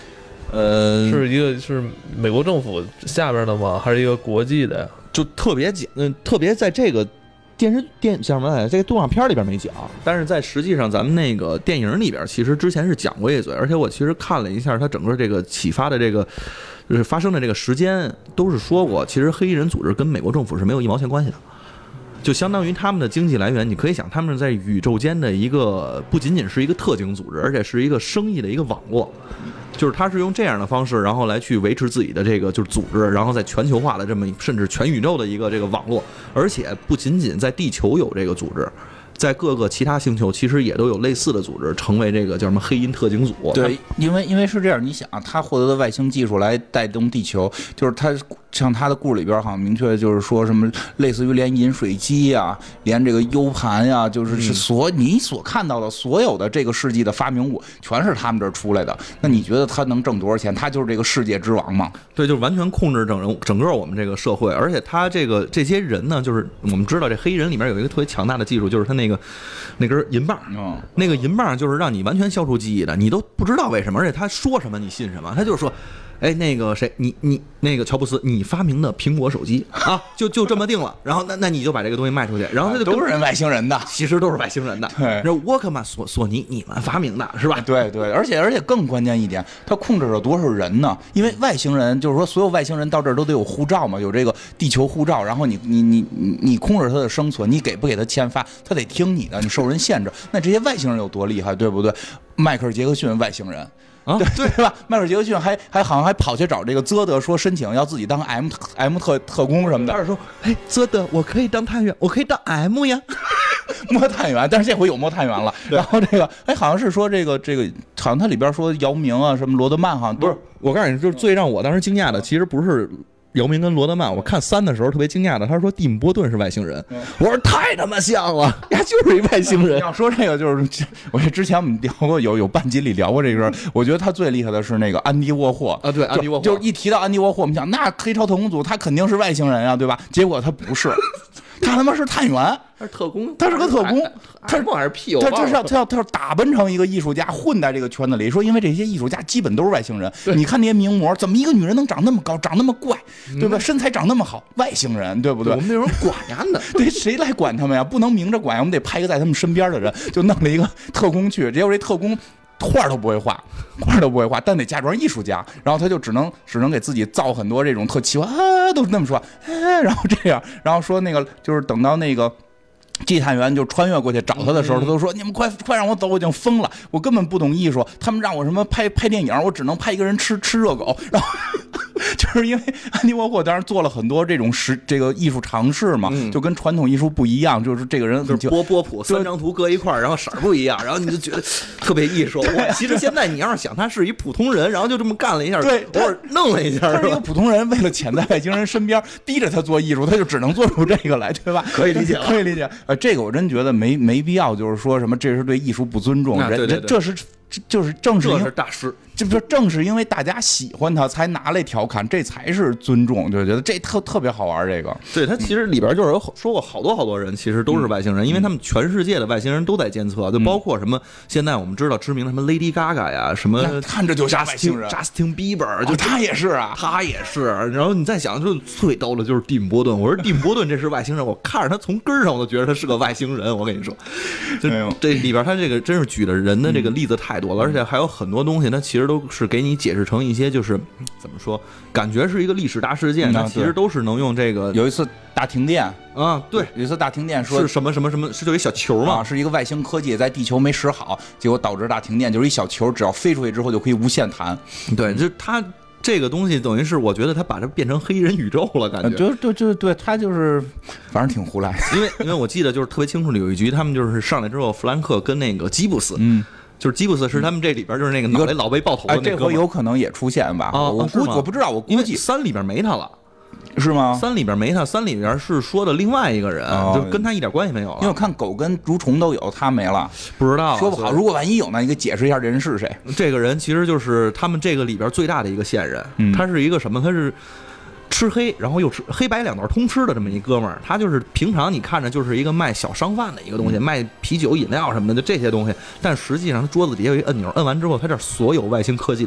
是美国政府下边的吗？还是一个国际的呀？ 就特别在这个叫什么来着？这个动画片里边没讲，但是在实际上咱们那个电影里边，其实之前是讲过一嘴，而且我其实看了一下它整个这个启发的这个发生的这个时间，都是说过，其实黑衣人组织跟美国政府是没有1毛钱关系的。就相当于他们的经济来源，你可以想，他们在宇宙间的一个不仅仅是一个特警组织，而且是一个生意的一个网络。就是他是用这样的方式，然后来去维持自己的这个就是组织，然后在全球化的这么甚至全宇宙的一个这个网络，而且不仅仅在地球有这个组织。在各个其他星球其实也都有类似的组织，成为这个叫什么黑鹰特警组。 对，因为是这样，你想他获得的外星技术来带动地球，就是他像他的故事里边好像明确就是说什么类似于连饮水机呀，连这个 U 盘呀，就是你所看到的所有的这个世纪的发明物，全是他们这儿出来的。那你觉得他能挣多少钱？他就是这个世界之王嘛？ 对，就是完全控制整个我们这个社会，而且他这些人呢，就是我们知道这黑人里面有一个特别强大的技术，就是他那根银棒，那个银棒就是让你完全消除记忆的，你都不知道为什么，而且他说什么你信什么，他就是说。哎，那个谁，你那个乔布斯，你发明的苹果手机啊，就这么定了。然后那你就把这个东西卖出去，然后他就都是外星人的， 其实都是外星人的。对，然后沃克曼、索尼你们发明的是吧？ 对对，而且更关键一点，他控制了多少人呢？因为外星人就是说，所有外星人到这儿都得有护照嘛，有这个地球护照，然后你控制他的生存，你给不给他签发，他得听你的，你受人限制。那这些外星人有多厉害，对不对？迈克尔·杰克逊外星人。对吧？迈克尔·杰克逊还好像还跑去找这个泽德说申请要自己当 M 特工什么的。 他是说，哎，泽德，我可以当探员，我可以当 M 呀， 摸探员。但是这回有摸探员了。然后这个，哎，好像是说这个，好像它里边说姚明啊，什么罗德曼，好像不是。我告诉你，就是最让我当时惊讶的，其实不是。姚明跟罗德曼，我看3的时候特别惊讶的，他说蒂姆·波顿是外星人，我说太他妈像了，呀就是一外星人。 要说这个，就是我之前我们聊过，有半集里聊过这个，我觉得他最厉害的是那个安迪·沃霍啊，对，安迪·沃霍， 就是一提到安迪·沃霍，我们想那黑超特工组他肯定是外星人啊，对吧？结果他不是。他妈是探员， 他是特工， 他是个特工， 他是还是屁？ 他要打扮成一个艺术家，混在这个圈子里。说因为这些艺术家基本都是外星人。你看那些名模，怎么一个女人能长那么高，长那么怪，对吧？身材长那么好，外星人，对不对？ 我们没有人管呀的， 对，谁来管他们呀？不能明着管呀，我们得派一个在他们身边的人，就弄了一个特工去。结果这特工画都不会画，但得假装艺术家，然后他就只能给自己造很多这种特奇怪都那么说，然后这样，然后说那个就是等到那个祭探员就穿越过去找他的时候，他都说你们快让我走，我已经疯了，我根本不懂艺术，他们让我什么拍电影，我只能拍一个人吃热狗，然后就是因为安迪沃霍当时做了很多这种这个艺术尝试嘛，就跟传统艺术不一样，就是这个人就是波普3张图搁一块儿，然后色儿不一样，然后你就觉得特别艺术。我其实现在你要是想他是一普通人，然后就这么干了一下， 对， 偶尔弄了一下， 他是一个普通人，为了潜在外星人身边，逼着他做艺术，他就只能做出这个来，对吧？ 可以理解了， 可以理解。这个我真觉得没必要，就是说什么这是对艺术不尊重， 对， 就是正是因为这是大师， 这不正是因为大家喜欢他才拿来调侃，这才是尊重，就觉得这特别好玩。这个对他其实里边就是有说过好多人其实都是外星人，因为他们全世界的外星人都在监测，就包括什么现在我们知道知名的什么 Lady Gaga 呀，什么看着就像外星人 Justin Bieber， 就他也是啊， 他也是。然后你再想，就最逗的就是蒂姆·波顿，我说蒂姆·波顿这是外星人，我看着他从根上我都觉得他是个外星人。我跟你说，这里边他这个真是举的人的这个例子太多了，而且还有很多东西，它其实都是给你解释成一些就是怎么说，感觉是一个历史大事件，它其实都是能用这个。 有一次大停电啊，对， 有一次大停电说是什么，是就一小球嘛， 是一个外星科技在地球没使好，结果导致大停电，就是一小球，只要飞出去之后就可以无限弹。 对，就它这个东西等于是我觉得它把它变成黑人宇宙了，感觉对，它就是反正挺胡来。 因为我记得就是特别清楚的有一局，他们就是上来之后，弗兰克跟那个吉布斯，就是吉布斯是他们这里边就是那个脑袋老被爆头的那个， 这回有可能也出现吧？我不知道，我估计 3里边没他了。 是吗 ？3里边没他，3里边是说的另外一个人，就跟他一点关系没有了。 因为我看狗跟蠕虫都有，他没了， 不知道， 说不好。如果万一有呢，你给解释一下这人是谁？ 这个人其实就是他们这个里边最大的一个线人，他是一个什么？他是吃黑，然后又吃黑白两道通吃的这么一哥们儿。他就是平常你看着就是一个卖小商贩的一个东西，卖啤酒、饮料什么的，就这些东西。但实际上他桌子底下有一按钮，摁完之后，他这所有外星科技的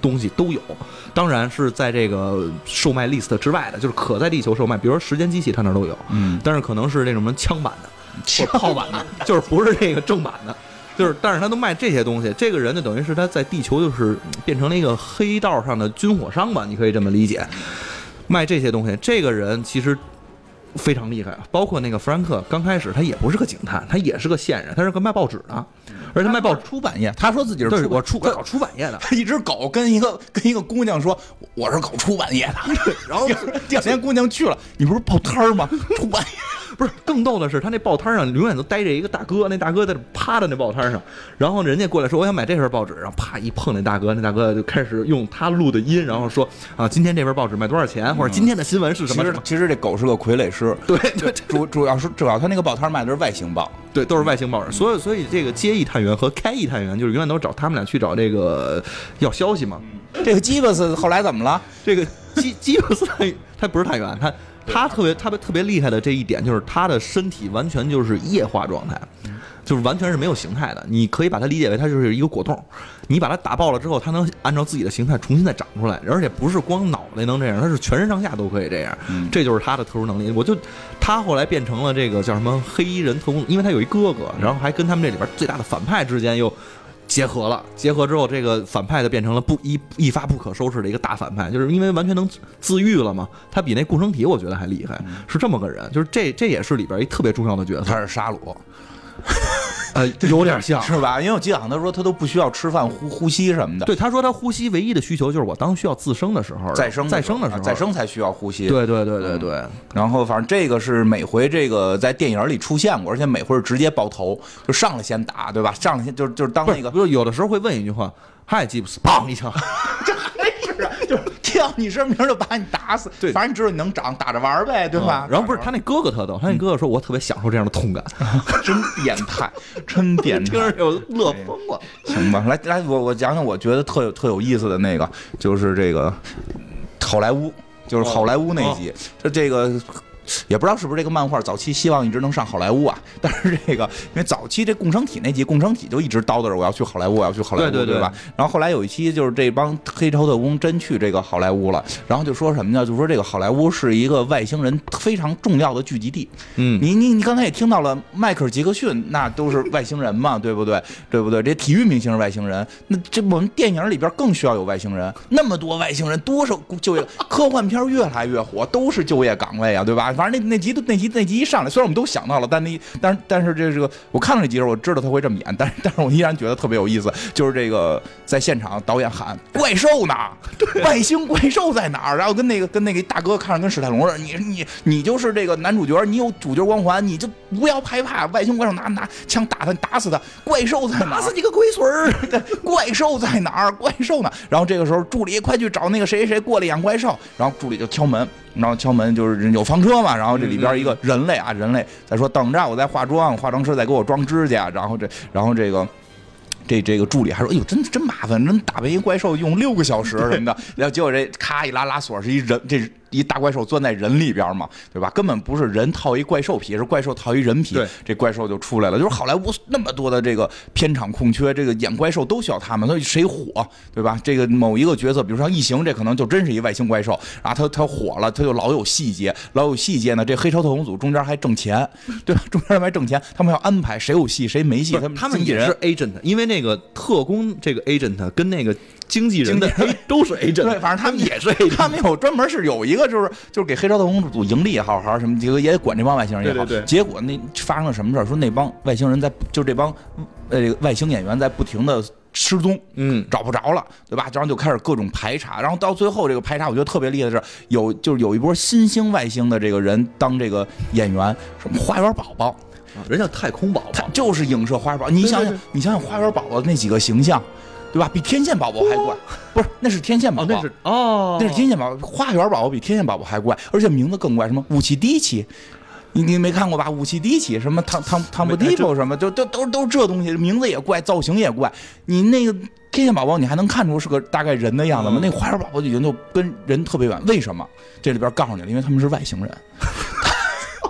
东西都有，当然是在这个售卖 list 之外的，就是可在地球售卖，比如说时间机器它那都有，但是可能是那种什么枪版的、炮版的，就是不是这个正版的。就是，但是他都卖这些东西，这个人就等于是他在地球就是变成了一个黑道上的军火商吧，你可以这么理解，卖这些东西。这个人其实非常厉害，包括那个弗兰克，刚开始他也不是个警探，他也是个线人，他是个卖报纸的，而且卖报出版业，他说自己是我搞出版业的。 他一只狗跟一个姑娘说我是搞出版业的，然后第二天姑娘去了，你不是报摊吗？出版业。 不是，更逗的是，他那报摊上永远都待着一个大哥，那大哥在这趴在那报摊上，然后人家过来说我想买这份报纸，然后啪一碰那大哥就开始用他录的音，然后说啊，今天这份报纸卖多少钱，或者今天的新闻是什么？ 其实这狗是个傀儡师， 对， 主要他那个报摊卖的是外星报， 对，都是外星报纸，所以这个接一探员和开一探员就是永远都找他们俩去找这个要消息嘛。 这个基巴斯后来怎么了？ 这个基巴斯他不是探员，他特别厉害的这一点就是他的身体完全就是液化状态，就是完全是没有形态的。你可以把它理解为它就是一个果冻，你把它打爆了之后，它能按照自己的形态重新再长出来，而且不是光脑袋能这样，它是全身上下都可以这样。这就是他的特殊能力。他后来变成了这个叫什么黑衣人特工，因为他有一哥哥，然后还跟他们这里边最大的反派之间又结合了，结合之后，这个反派就变成了一发不可收拾的一个大反派，就是因为完全能自愈了嘛。他比那共生体我觉得还厉害，是这么个人，就是这也是里边一特别重要的角色。 他是沙鲁， 有点像是吧？因为我记得好像他说他都不需要吃饭呼吸什么的。 对，他说他呼吸唯一的需求就是我当需要自生的时候，再生的时候， 再生才需要呼吸。 对。 然后反正这个是每回这个在电影里出现过，而且每回是直接爆头，就上来先打，对吧？上来先就是当那个， 不是有的时候会问一句话，嗨，吉普斯，砰一枪。 这还是啊，就是跳你身名就把你打死， 对， 反正你知道你能长，打着玩呗，对吧？ 然后不是他那哥哥特逗，他那哥哥说我特别享受这样的痛感， 真变态，真变态， 听着就乐疯了。 行吧，来，我讲讲我觉得特有意思的那个，就是这个好莱坞，就是好莱坞那集，这个。也不知道是不是这个漫画早期希望一直能上好莱坞啊，但是这个因为早期这共生体那集，共生体就一直叨叨着我要去好莱坞，我要去好莱坞，对吧？然后后来有一期就是这帮黑超特工真去这个好莱坞了，然后就说什么呢？就说这个好莱坞是一个外星人非常重要的聚集地。你刚才也听到了，迈克尔·杰克逊那都是外星人嘛，对不对？对不对？这体育明星是外星人，那这我们电影里边更需要有外星人，那么多外星人，多少就业？科幻片越来越火，都是就业岗位啊，对吧？反正那集一上来，虽然我们都想到了，但是这个我看了那集时候，我知道他会这么演，但是我依然觉得特别有意思。就是这个在现场导演喊怪兽呢，外星怪兽在哪儿？然后跟那个大哥看着跟史泰龙似的，你就是这个男主角，你有主角光环，你就不要害怕，外星怪兽拿枪打他，打死他，怪兽在哪儿？ 打死你个龟孙儿！ 怪兽在哪儿？怪兽呢？然后这个时候助理快去找那个谁过来演怪兽，然后助理就敲门。然后敲门就是有房车嘛，然后这里边一个人类在说等着我在化妆，化妆师在给我装指甲，然后这个助理还说哎呦真麻烦，真打败一怪兽用6个小时什么的，然后结果这咔一拉锁是一人，这一大怪兽钻在人里边嘛，对吧？根本不是人套一怪兽皮，是怪兽套一人皮，这怪兽就出来了。就是好莱坞那么多的这个片场空缺，这个演怪兽都需要他们，所以谁火，对吧？这个某一个角色，比如说异形，这可能就真是一外星怪兽啊，他火了，他就老有细节呢。这黑超特工组中间还挣钱，对吧？中间还挣钱，他们要安排谁有戏谁没戏， 他们也是 agent， 因为那个特工这个 agent 跟那个经纪人的都是 agent， 对，反正他们也是 agent， 他们有专门是有一个就是给黑超特工组盈利也好，还是什么，这个也管这帮外星人也好。 对。 结果那发生了什么事儿？说那帮外星人就这帮外星演员在不停的失踪，找不着了，对吧？然后就开始各种排查，然后到最后这个排查，我觉得特别厉害的是有一波新兴外星的这个人当这个演员，什么花园宝宝。 人叫太空宝宝， 他就是影射花园宝宝。你想想花园宝宝那几个形象，对吧？比天线宝宝还怪，不是？那是天线宝宝，那是天线宝宝。花园宝宝比天线宝宝还怪，而且名字更怪，什么武器低起，你没看过吧？武器低起，什么汤姆蒂普什么，都这东西，名字也怪，造型也怪。你那个天线宝宝，你还能看出是个大概人的样子吗？那个花园宝宝已经就跟人特别远，为什么？这里边告诉你了，因为他们是外星人。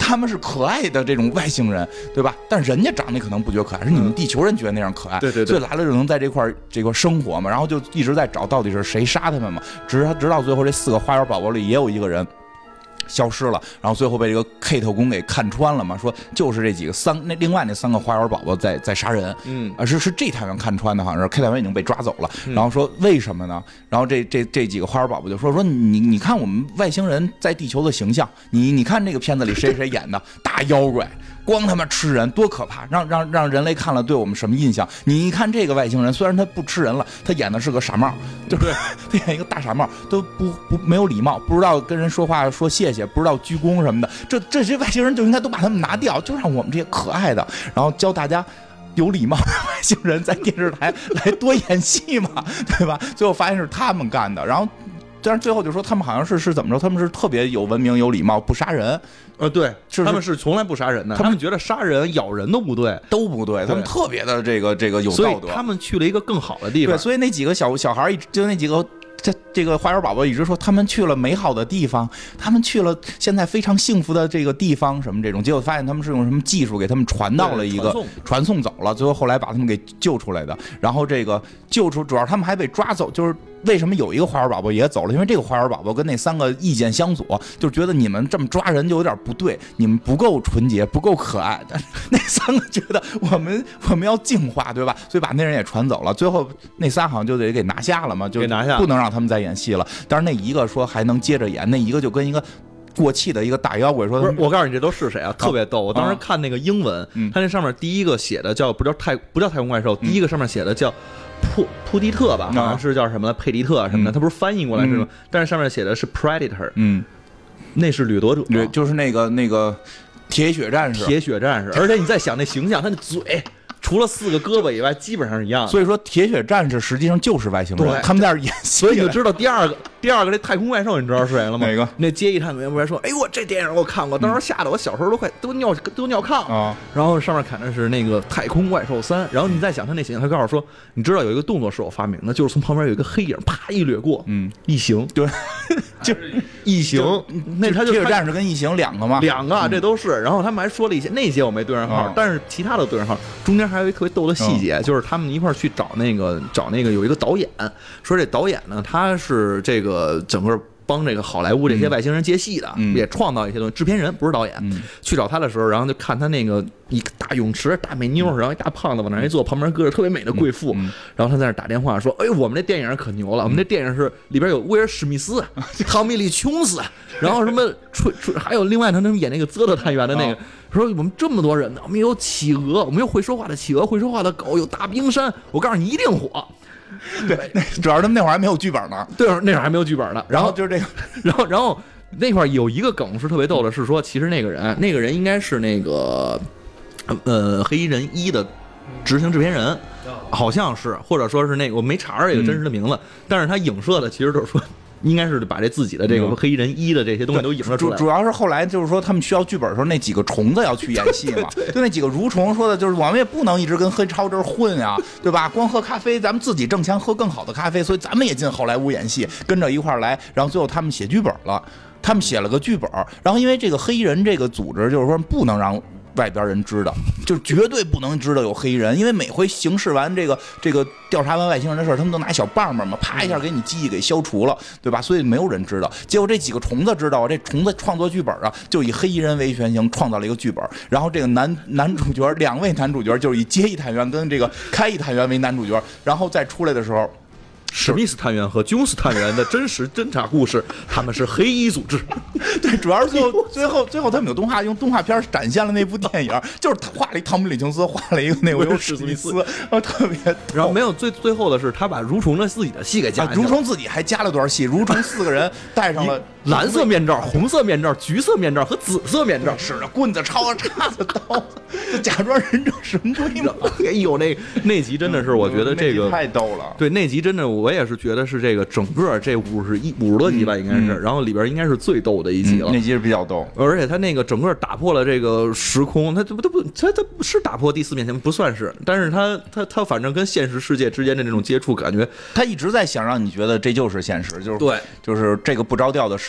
他们是可爱的这种外星人，对吧？但人家长得可能不觉得可爱，是你们地球人觉得那样可爱， 对， 所以来了就能在这块生活嘛，然后就一直在找到底是谁杀他们嘛，直到最后这4个花园宝宝里也有一个人消失了，然后最后被这个 K 特工给看穿了嘛，说就是这几个另外那3个花园宝宝在杀人，是 G 探员看穿的，好像是 K 探员已经被抓走了，然后说为什么呢？然后这几个花园宝宝就说你看我们外星人在地球的形象，你看这个片子里谁演的大妖怪。光他妈吃人多可怕，让人类看了对我们什么印象？你看这个外星人，虽然他不吃人了，他演的是个傻帽，就是他演一个大傻帽，都不没有礼貌，不知道跟人说话说谢谢，不知道鞠躬什么的。这些外星人就应该都把他们拿掉，就让我们这些可爱的，然后教大家有礼貌的外星人在电视台来多演戏嘛，对吧？最后发现是他们干的，然后。但是最后就说他们好像是怎么着？他们是特别有文明、有礼貌，不杀人。 对，他们是从来不杀人的。他们觉得杀人、咬人都不对， 都不对。他们特别的这个有道德。 所以他们去了一个更好的地方。 对，所以那几个小孩就那几个。这个花园宝宝一直说他们去了美好的地方，他们去了现在非常幸福的这个地方，什么这种，结果发现他们是用什么技术给他们传到了一个传送走了，最后后来把他们给救出来的。然后这个救出，主要他们还被抓走，就是为什么有一个花园宝宝也走了？因为这个花园宝宝跟那3个意见相左，就觉得你们这么抓人就有点不对，你们不够纯洁，不够可爱。但是那3个觉得我们要净化，对吧？所以把那人也传走了。最后那3好像就得给拿下了嘛，就不能让他们再演戏了。但是那一个说还能接着演，那一个就跟一个过气的一个大妖怪说， 不是，我告诉你这都是谁啊？特别逗！我当时看那个英文，他那上面第一个写的叫不叫太空怪兽，第一个上面写的叫普迪特吧，好像是叫什么佩迪特什么的，他不是翻译过来是吗？但是上面写的是 Predator，那是掠夺者， 就是那个铁血战士， 而且你在想那形象，他的嘴。除了4个胳膊以外，基本上是一样的。 所以说，铁血战士实际上就是外星人，他们在这演戏。 所以你就知道第二个这太空怪兽，你知道是谁了吗？ 哪个？ 那接一探员不是说，哎我这电影我看过，当时吓得我小时候都快都尿炕啊。然后上面看的是那个太空怪兽3，然后你再想他那形象，他告诉说，你知道有一个动作是我发明的，就是从旁边有一个黑影啪一掠过，异形， 对， 就异形，那他就铁血战士跟异形2个吗 ？2个，这都是。然后他们还说了一些，那些我没对上号，但是其他的对上号。中间还有一特别逗的细节，就是他们一块去找那个有一个导演，说这导演呢，他是这个整个帮这个好莱坞这些外星人接戏的，也创造一些东西。制片人不是导演，去找他的时候，然后就看他那个一个大泳池、大美妞，然后一大胖子往那一坐，旁边搁着特别美的贵妇，然后他在那打电话说：“哎，我们这电影可牛了，我们这电影是里边有威尔史密斯、汤米利琼斯，然后什么还有另外他们演那个泽特探员的那个。”说我们这么多人呢，我们有企鹅，我们有会说话的企鹅，会说话的狗，有大冰山。我告诉你，一定火。 对，主要是他们那会儿还没有剧本呢。 对，那会儿还没有剧本呢。 然后就是这个， 然后那会儿有一个梗是特别逗的，是说其实那个人应该是那个黑衣人1的执行制片人，好像是，或者说是那个我没查着这个真实的名字，但是他影射的其实就是说。应该是把这自己的这个黑衣人1的这些东西都影射出来。 主要是后来就是说他们需要剧本的时候，那几个虫子要去演戏嘛，就那几个蠕虫说的就是我们也不能一直跟黑超这儿混啊，对吧？光喝咖啡，咱们自己挣钱喝更好的咖啡，所以咱们也进好莱坞演戏，跟着一块儿来。然后最后他们写剧本了，他们写了个剧本，然后因为这个黑衣人这个组织就是说不能让外边人知道，就绝对不能知道有黑衣人，因为每回行事完这个调查完外星人的事儿，他们都拿小棒棒嘛，啪一下给你记忆给消除了，对吧？所以没有人知道。结果这几个虫子知道，这虫子创作剧本啊，就以黑衣人为原型创造了一个剧本。然后这个男主角2位男主角就是以接一探员跟这个开一探员为男主角，然后再出来的时候。 史密斯探员和琼斯探员的真实侦查故事，他们是黑衣组织。 对，主要是最后他们有用动画片展现了那部电影，就是他画了一汤姆·李琼斯，画了一个那个史密斯，特别。 然后没有最后的是他把蠕虫的自己的戏给加了， 蠕虫自己还加了段戏，蠕虫4个人戴上了蓝色面罩、红色面罩、橘色面罩和紫色面罩， 使着棍子、抄着叉子、刀，就假装忍者神龟嘛。 哎呦，那集真的是，我觉得这个太逗了。 对，那集真的我也是觉得是这个整个这50多集吧，应该是，然后里边应该是最逗的一集了。 那集是比较逗， 而且他那个整个打破了这个时空，他不是打破第4面墙，不算是，但是他反正跟现实世界之间的这种接触感觉， 他一直在想让你觉得这就是现实，就是对， 就是这个不着调的世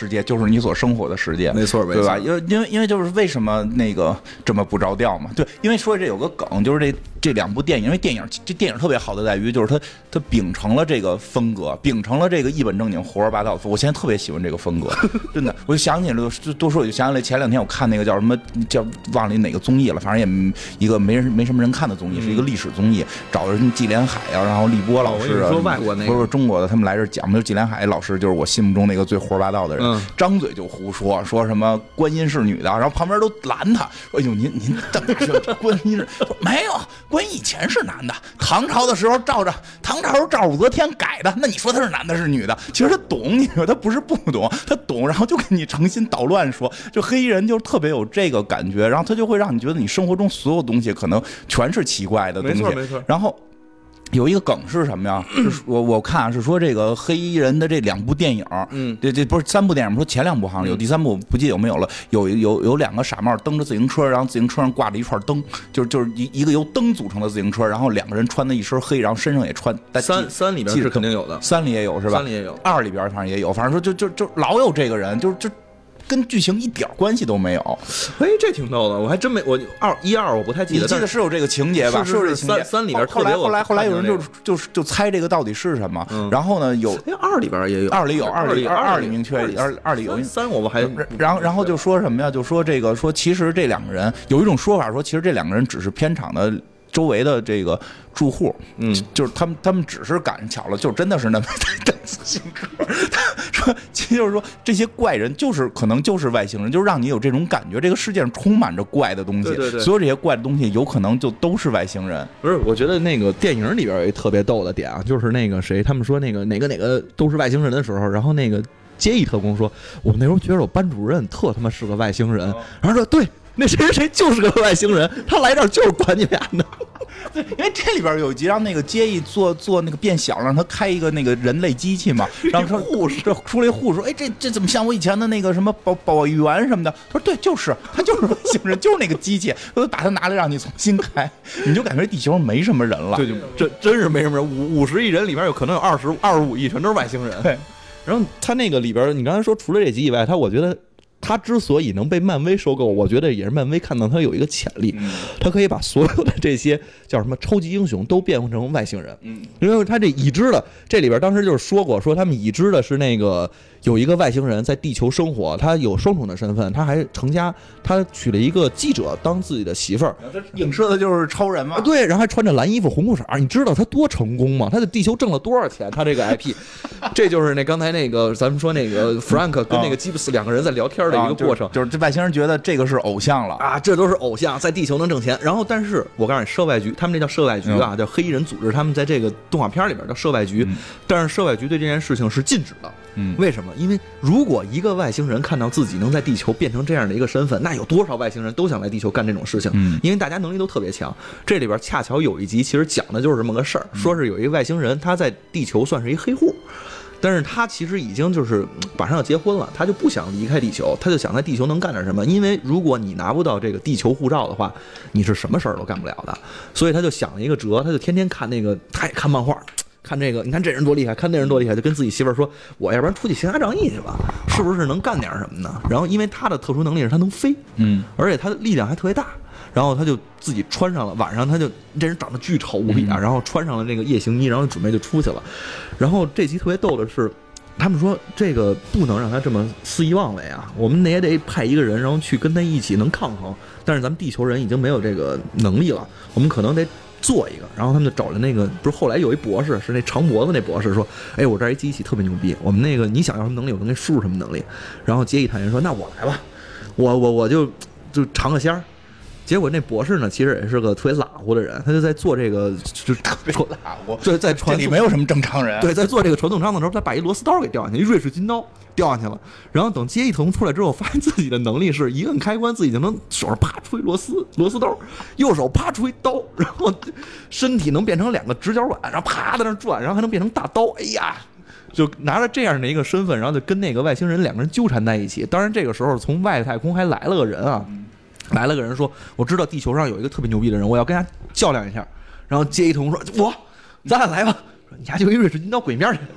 世界就是你所生活的世界， 没错， 对吧？因为就是为什么那个这么不着调嘛？对，因为说这有个梗，就是这两部电影，因为电影特别好的在于，就是它秉承了这个风格，秉承了这个一本正经胡说八道。我现在特别喜欢这个风格，真的，我就想起来多说，我就想起来前2天我看那个叫什么忘了哪个综艺了，反正也一个没什么人看的综艺，是一个历史综艺，找的是纪连海啊，然后立波老师啊， 说外国那个不是中国的，他们来这讲，就纪连海老师就是我心目中那个最胡说八道的人，张嘴就胡说什么观音是女的，然后旁边都拦他，说哎呦您怎么说观音是没有，观音以前是男的，唐朝的时候照武则天改的，那你说他是男的是女的？其实他懂，你说他不是不懂，他懂，然后就给你诚心捣乱说，就黑衣人就特别有这个感觉，然后他就会让你觉得你生活中所有东西可能全是奇怪的东西， 没错， 然后。有一个梗是什么呀？是我看啊，是说这个黑衣人的这2部电影，这不是3部电影，说前2部好像有，第3部不记得有没有了。有2个傻帽蹬着自行车，然后自行车上挂着一串灯，就是一个由灯组成的自行车，然后2个人穿的一身黑，然后身上也穿。 三里边是肯定有的 ，3里也有是吧？3 里也有 ，2里边反正也有，反正说就老有这个人，就。跟剧情一点关系都没有， 哎，这挺逗的，我还真没我1、2我不太记得， 你记得是有这个情节吧？ 是有这情节。 3里边后来有人就猜这个到底是什么，然后呢有 2里边也有，2 里明确，2里有 3我们还然后就说什么呀？就说这个说其实这2个人有一种说法说，其实这2个人只是片场的周围的这个住户，就是他们只是赶巧了，就真的是那么蹬自行车。说，其实就是说这些怪人可能就是外星人，就是让你有这种感觉，这个世界上充满着怪的东西， 对， 所有这些怪的东西有可能就都是外星人。 不是，我觉得那个电影里边有一特别逗的点啊，就是那个谁，他们说那个哪个都是外星人的时候，然后那个接一特工说，我们那时候觉得我班主任特他妈是个外星人，然后说对。那谁就是个外星人，他来这儿就是管你们俩的。 对，因为这里边有一集让那个接一做那个变小，让他开一个那个人类机器嘛，然后说护士出来护士说，哎，这怎么像我以前的那个什么保员什么的？他说对，就是他就是外星人，就是那个机器，把他拿来让你重新开，你就感觉地球上没什么人了。 对，这真是没什么人，50亿人里边有可能有25亿全都是外星人。 对， 然后他那个里边，你刚才说除了这集以外，我觉得。他之所以能被漫威收购，我觉得也是漫威看到他有一个潜力，他可以把所有的这些叫什么超级英雄都变换成外星人，因为他这已知的这里边当时就是说他们已知的是那个有一个外星人在地球生活，他有双重的身份，他还成家，他娶了一个记者当自己的媳妇儿， 影射的就是超人嘛， 对，然后还穿着蓝衣服红裤衩，你知道他多成功吗？他在地球挣了多少钱？他这个 IP， 这就是那刚才那个咱们说那个 Frank 跟那个基布斯2个人在聊天的一个过程， 就是这外星人觉得这个是偶像了啊，这都是偶像，在地球能挣钱。然后，但是我告诉你，涉外局，他们这叫涉外局啊，叫黑衣人组织，他们在这个动画片里边叫涉外局，但是涉外局对这件事情是禁止的。为什么？因为如果一个外星人看到自己能在地球变成这样的一个身份，那有多少外星人都想来地球干这种事情？因为大家能力都特别强。这里边恰巧有一集，其实讲的就是这么个事儿，说是有一个外星人，他在地球算是一黑户。但是他其实已经就是马上要结婚了，他就不想离开地球，他就想在地球能干点什么。因为如果你拿不到这个地球护照的话，你是什么事儿都干不了的。所以他就想了一个辙，他就天天看那个，他也看漫画，看这个，你看这人多厉害，看那人多厉害，就跟自己媳妇儿说，我要不然出去行侠仗义去吧，是不是能干点什么呢？然后因为他的特殊能力是他能飞，而且他的力量还特别大。然后他就自己穿上了，晚上他就这人长得巨丑无比啊，然后穿上了这个夜行衣，然后准备就出去了。然后这集特别逗的是，他们说这个不能让他这么肆意妄为啊，我们也得派一个人，然后去跟他一起能抗衡。但是咱们地球人已经没有这个能力了，我们可能得做一个。然后他们就找了那个，不是后来有一博士是那长脖子那博士说，哎，我这儿一机器特别牛逼，我们那个你想要什么能力，我能给你输入什么能力。然后接一谈人说，那我来吧，我就尝个鲜儿。结果那博士呢，其实也是个特别拉乎的人，他就在做这个，就特别拉乎。 对，在传这里没有什么正常人。 对，在做这个传送舱的时候，他把一螺丝刀给掉下去，一瑞士军刀掉下去了。然后等接一头出来之后，发现自己的能力是一摁开关，自己就能手上啪出一螺丝刀，右手啪出一刀，然后身体能变成2个直角碗，然后啪在那转，然后还能变成大刀。哎呀！就拿着这样的一个身份，然后就跟那个外星人2个人纠缠在一起。当然，这个时候从外太空还来了个人啊。来了个人说，我知道地球上有一个特别牛逼的人，我要跟他较量一下。然后接一通说，咱俩来吧，你家就一瑞士军刀鬼面去。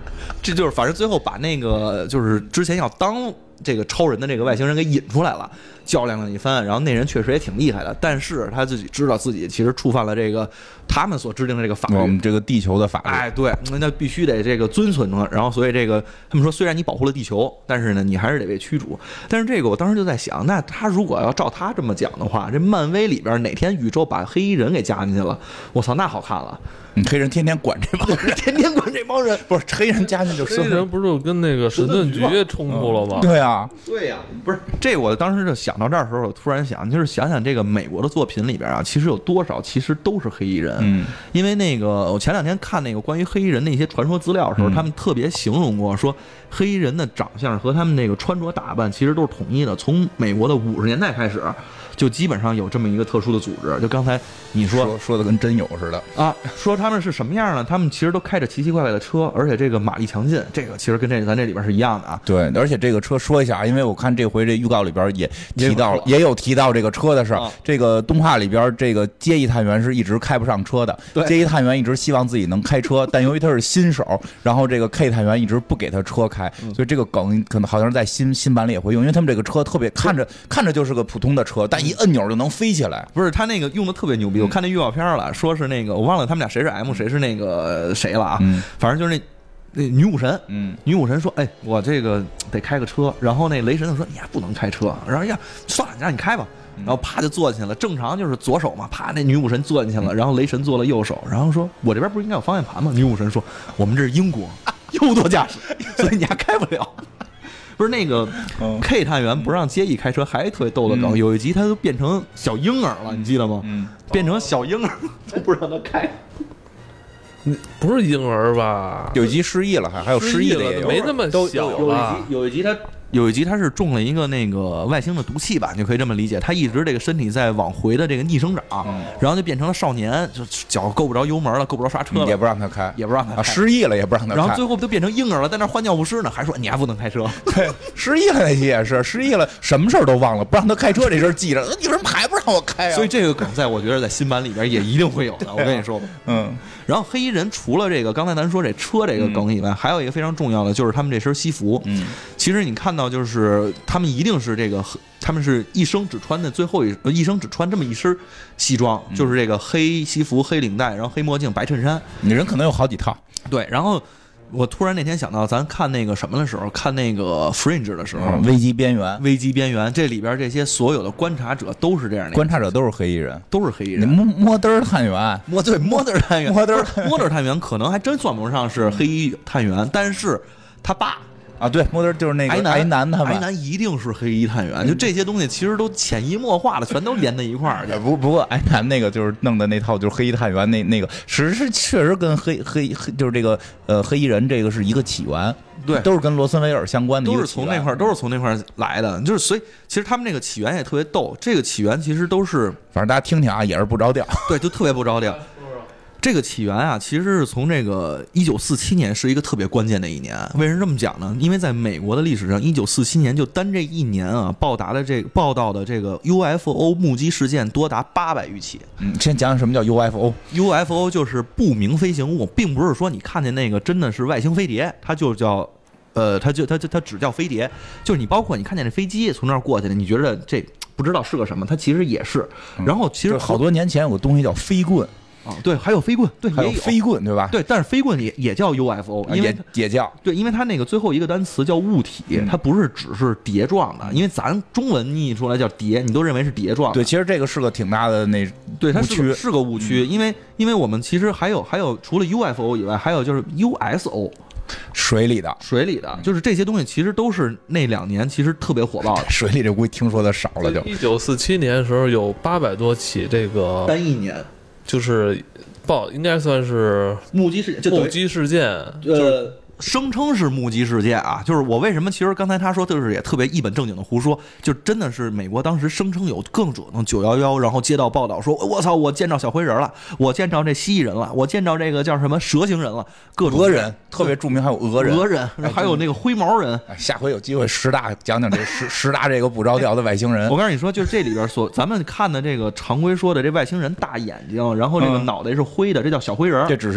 这就是反正最后把那个就是之前要当这个超人的这个外星人给引出来了，较量了一番，然后那人确实也挺厉害的，但是他自己知道自己其实触犯了这个他们所制定的这个法律， 我们这个地球的法律。 哎，对，那必须得这个遵循呢。然后所以这个他们说，虽然你保护了地球，但是呢，你还是得被驱逐。但是这个我当时就在想，那他如果要照他这么讲的话，这漫威里边哪天宇宙把黑衣人给加进去了，我操，那好看了。 黑人天天管这帮人， 天天管这帮人， 不是黑人加进就黑人不是就跟那个神盾局冲突了吗？ 对啊， 对呀，不是这，我当时就想到这儿的时候，我突然想，就是想想这个美国的作品里边啊，其实有多少其实都是黑衣人。因为那个我前两天看那个关于黑衣人的一些传说资料的时候，他们特别形容过说，黑衣人的长相和他们那个穿着打扮其实都是统一的，从美国的50年代开始。就基本上有这么一个特殊的组织，就刚才你说的跟真有似的啊，说他们是什么样呢？他们其实都开着奇奇怪怪的车，而且这个马力强劲，这个其实跟咱这里边是一样的啊。 对，而且这个车说一下，因为我看这回这预告里边也提到了，也有提到这个车的事儿。这个动画里边，这个街一探员是一直开不上车的，街一探员一直希望自己能开车，但由于他是新手，然后这个 K 探员一直不给他车开，所以这个梗可能好像是在新版里也会用，因为他们这个车特别看着就是个普通的车，但一摁钮就能飞起来。 不是他那个用的特别牛逼，我看那预告片了，说是那个我忘了他们俩谁是 M 谁是那个谁了啊，反正就是那女武神，女武神说，哎，我这个得开个车，然后那雷神就说你还不能开车，然后呀算了，让你开吧，然后啪就坐进去了，正常就是左手嘛，啪那女武神坐进去了，然后雷神坐了右手，然后说我这边不是应该有方向盘吗？女武神说我们这是英国右舵驾驶，所以你还开不了。不是那个 K 探员不让接一开车，还特别逗的梗。有一集他都变成小婴儿了，你记得吗？变成小婴儿都不让他开。 不是婴儿吧？ 有一集失忆了，还有失忆的也有， 没那么小吧？ 有一集他是中了一个那个外星的毒气吧，你就可以这么理解。他一直这个身体在往回的这个逆生长，然后就变成了少年，就脚够不着油门了，够不着刹车了， 也不让他开， 也不让他开， 失忆了也不让他开， 然后最后就变成婴儿了，在那换尿不湿呢，还说你还不能开车。 对，失忆了那集也是失忆了，什么事儿都忘了，不让他开车这事儿记着，你为什么还不让我开啊？ 所以这个梗在我觉得在新版里边也一定会有的，我跟你说吧。然后黑衣人除了这个刚才咱说这车这个梗以外，还有一个非常重要的就是他们这身西服。其实你看到就是他们一定是这个，他们是一生只穿的一生只穿这么一身西装，就是这个黑西服、黑领带，然后黑墨镜、白衬衫。 你人可能有好几套。 对，然后我突然那天想到，咱看那个什么的时候，看那个 Fringe 的时候， 危机边缘， 危机边缘，这里边这些所有的观察者都是这样的， 观察者都是黑衣人， 都是黑衣人。 摸嘚儿探员， 摸嘚儿探员可能还真算不上是黑衣探员，但是他爸。 啊，对，摸嘚就是那个挨男他们， 挨男一定是黑衣探员，就这些东西其实都潜移默化的，全都连在一块儿去。 不过挨男那个就是弄的那套就是黑衣探员那个，确实跟黑就是这个黑衣人这个是一个起源， 对， 都是跟罗森威尔相关的， 都是从那块来的，就是所以其实他们这个起源也特别逗，这个起源其实都是， 反正大家听听啊，也是不着调， 对，就特别不着调。这个起源啊，其实是从这个1947年是一个特别关键的一年。为什么这么讲呢？因为在美国的历史上，1947年就单这一年啊，报道的这个 UFO 目击事件多达800余起。 先讲讲什么叫 UFO。UFO 就是不明飞行物，并不是说你看见那个真的是外星飞碟，它就叫它只叫飞碟。就是你包括你看见这飞机从那儿过去的，你觉得这不知道是个什么，它其实也是。然后其实好多年前有个东西叫飞棍。 对，还有飞棍，对， 还有飞棍，对吧？ 对，但是飞棍也叫 UFO， 也叫对，因为它那个最后一个单词叫物体，它不是只是碟状的，因为咱中文译出来叫碟，你都认为是碟状的。 对，其实这个是个挺大的对，它是个误区，因为我们其实还有除了 UFO 以外，还有就是 USO。 水里的， 就是这些东西，其实都是那2年其实特别火爆的。 水里这估计听说的少了，就 1947年的时候有800多起这个单一年。 就是应该算是目击事件，声称是目击事件啊，就是我为什么其实刚才他说就是也特别一本正经的胡说，就真的是美国当时声称有各种911，然后接到报道说我操，我见着小灰人了，我见着这蜥蜴人了，我见着这个叫什么蛇形人了，各种俄人特别著名，还有俄人， 还有那个灰毛人。 下回有机会十大讲讲这十大这个不着调的外星人。 我告诉你说，就是这里边咱们看的这个常规说的这外星人大眼睛，然后这个脑袋是灰的，这叫小灰人， 这只是一类。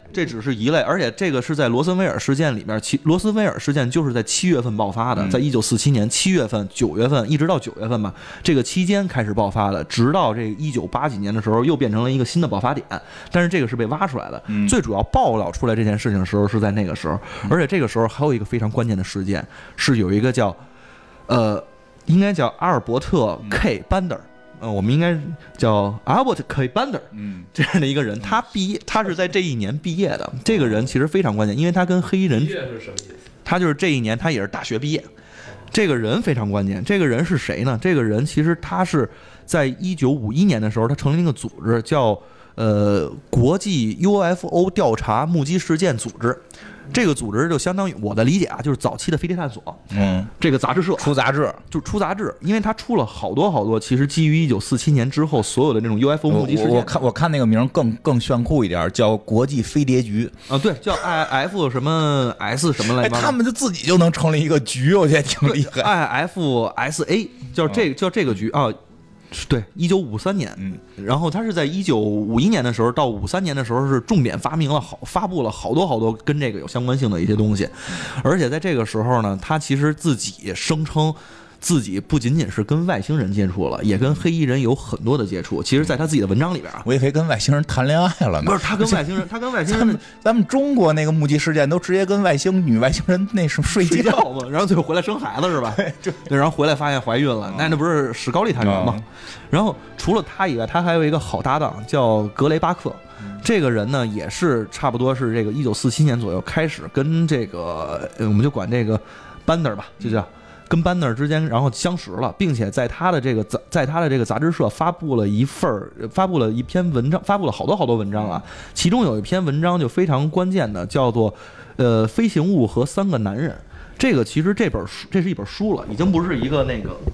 这只是一类，而且这个是在罗森威尔事件里面，罗森威尔事件就是在7月份爆发的，在1947年7月份、9月份一直到9月份吧，这个期间开始爆发的，直到这1980几年的时候又变成了一个新的爆发点，但是这个是被挖出来的，最主要爆料出来这件事情的时候是在那个时候，而且这个时候还有一个非常关键的事件，是有一个叫应该叫阿尔伯特 K 班德。我们应该叫 Albert K. Bander， 这样的一个人，他是在这一年毕业的。这个人其实非常关键，因为他跟黑衣人， 毕业是什么意思？ 他就是这一年他也是大学毕业。这个人非常关键，这个人是谁呢？这个人其实他是在1951年的时候，他成立了一个组织，叫国际 UFO 调查目击事件组织。这个组织就相当于我的理解啊，就是早期的飞碟探索。这个杂志社出杂志， 因为它出了好多，其实基于1947年之后所有的那种 UFO 目击事件。 我看那个名更炫酷一点，叫国际飞碟局啊，对，叫 IF 什么 S 什么来着？ 他们就自己就能成立一个局，我觉得挺厉害。 IFSA 叫这个局啊。对，1953年，然后他是在1951年的时候到53年的时候是重点发布了好多跟这个有相关性的一些东西，而且在这个时候呢，他其实自己声称自己不仅仅是跟外星人接触了，也跟黑衣人有很多的接触。其实，在他自己的文章里边啊， 我以为跟外星人谈恋爱了呢。 不是，他跟外星人， 咱们中国那个目击事件都直接跟女外星人那什么睡觉嘛，然后最后回来生孩子是吧？对，然后回来发现怀孕了，那不是史高利探员吗？然后除了他以外，他还有一个好搭档叫格雷巴克。这个人呢，也是差不多是这个1947年左右开始跟这个，我们就管这个班德吧，就叫。跟班纳之间，然后相识了，并且在他的这个杂志社发布了一篇文章，发布了好多文章啊。其中有一篇文章就非常关键的，叫做飞行物和3个男人。这个其实这是一本书了，已经不是一个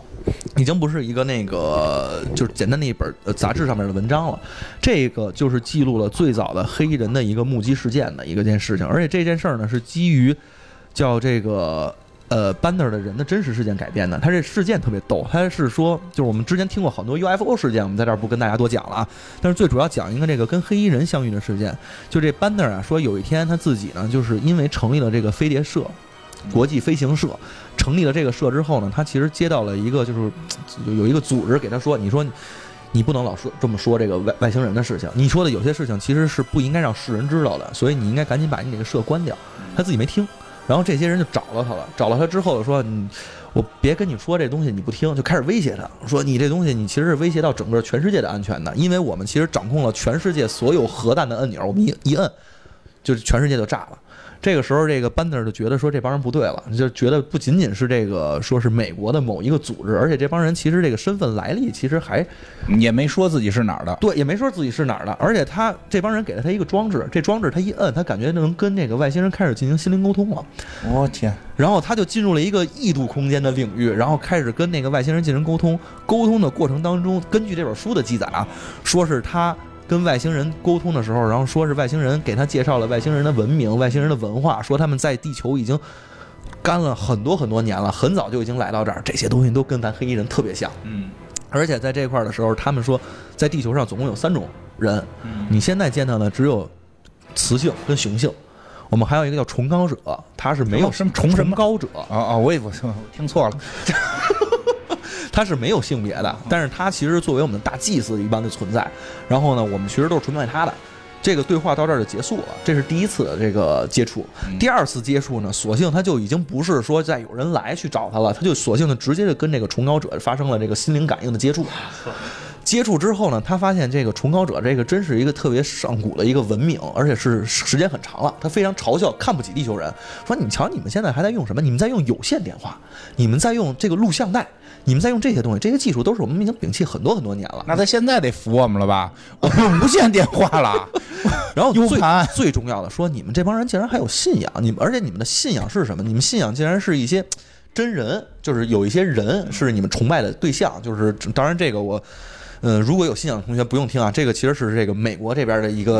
就是简单的一本杂志上面的文章了。这个就是记录了最早的黑衣人的一个目击事件的一件事情，而且这件事儿呢是基于叫这个。班德的人的真实事件改编的，他这事件特别逗，他是说，就是我们之前听过很多 UFO 事件，我们在这儿不跟大家多讲了啊，但是最主要讲一个这个跟黑衣人相遇的事件。就这班德啊，说有一天他自己呢，就是因为成立了这个飞碟社，国际飞行社，成立了这个社之后呢，他其实接到了一个就是有一个组织给他说，你说你不能老说这么说这个外星人的事情，你说的有些事情其实是不应该让世人知道的，所以你应该赶紧把你这个社关掉。他自己没听。然后这些人就找了他之后说，我别跟你说这东西你不听，就开始威胁他，说你这东西你其实是威胁到整个全世界的安全的，因为我们其实掌控了全世界所有核弹的按钮，我们一摁，就是全世界就炸了。这个时候，这个班德就觉得说这帮人不对了，就觉得不仅仅是这个说是美国的某一个组织，而且这帮人其实这个身份来历其实还也没说自己是哪儿的， 对，也没说自己是哪儿的，而且这帮人给了他一个装置，这装置他一摁，他感觉能跟这个外星人开始进行心灵沟通了。 我天！ 然后他就进入了一个异度空间的领域，然后开始跟那个外星人进行沟通。沟通的过程当中，根据这本书的记载啊，说是他跟外星人沟通的时候，然后说是外星人给他介绍了外星人的文明、外星人的文化，说他们在地球已经干了很多年了，很早就已经来到这儿，这些东西都跟咱黑衣人特别像。而且在这块的时候，他们说在地球上总共有3种人，你现在见到的只有雌性跟雄性，我们还有一个叫崇高者，他是没有什么崇高者我听错了。 他是没有性别的，但是他其实作为我们的大祭司一般的存在。然后呢，我们其实都是崇拜他的。这个对话到这儿就结束了，这是第一次的这个接触。第二次接触呢，索性他就已经不是说再有人来去找他了，他就索性的直接就跟这个崇高者发生了这个心灵感应的接触。接触之后呢，他发现这个崇高者这个真是一个特别上古的一个文明，而且是时间很长了。他非常嘲笑、看不起地球人，说你瞧，你们现在还在用什么？你们在用有线电话，你们在用这个录像带，你们在用这些东西，这些技术都是我们已经摒弃很多年了。 那他现在得服我们了吧？我们无线电话了。 然后最重要的说，你们这帮人竟然还有信仰，而且你们的信仰是什么？你们信仰竟然是一些真人，就是有一些人是你们崇拜的对象。就是当然这个我。如果有信仰的同学不用听啊，这个其实是这个美国这边的一个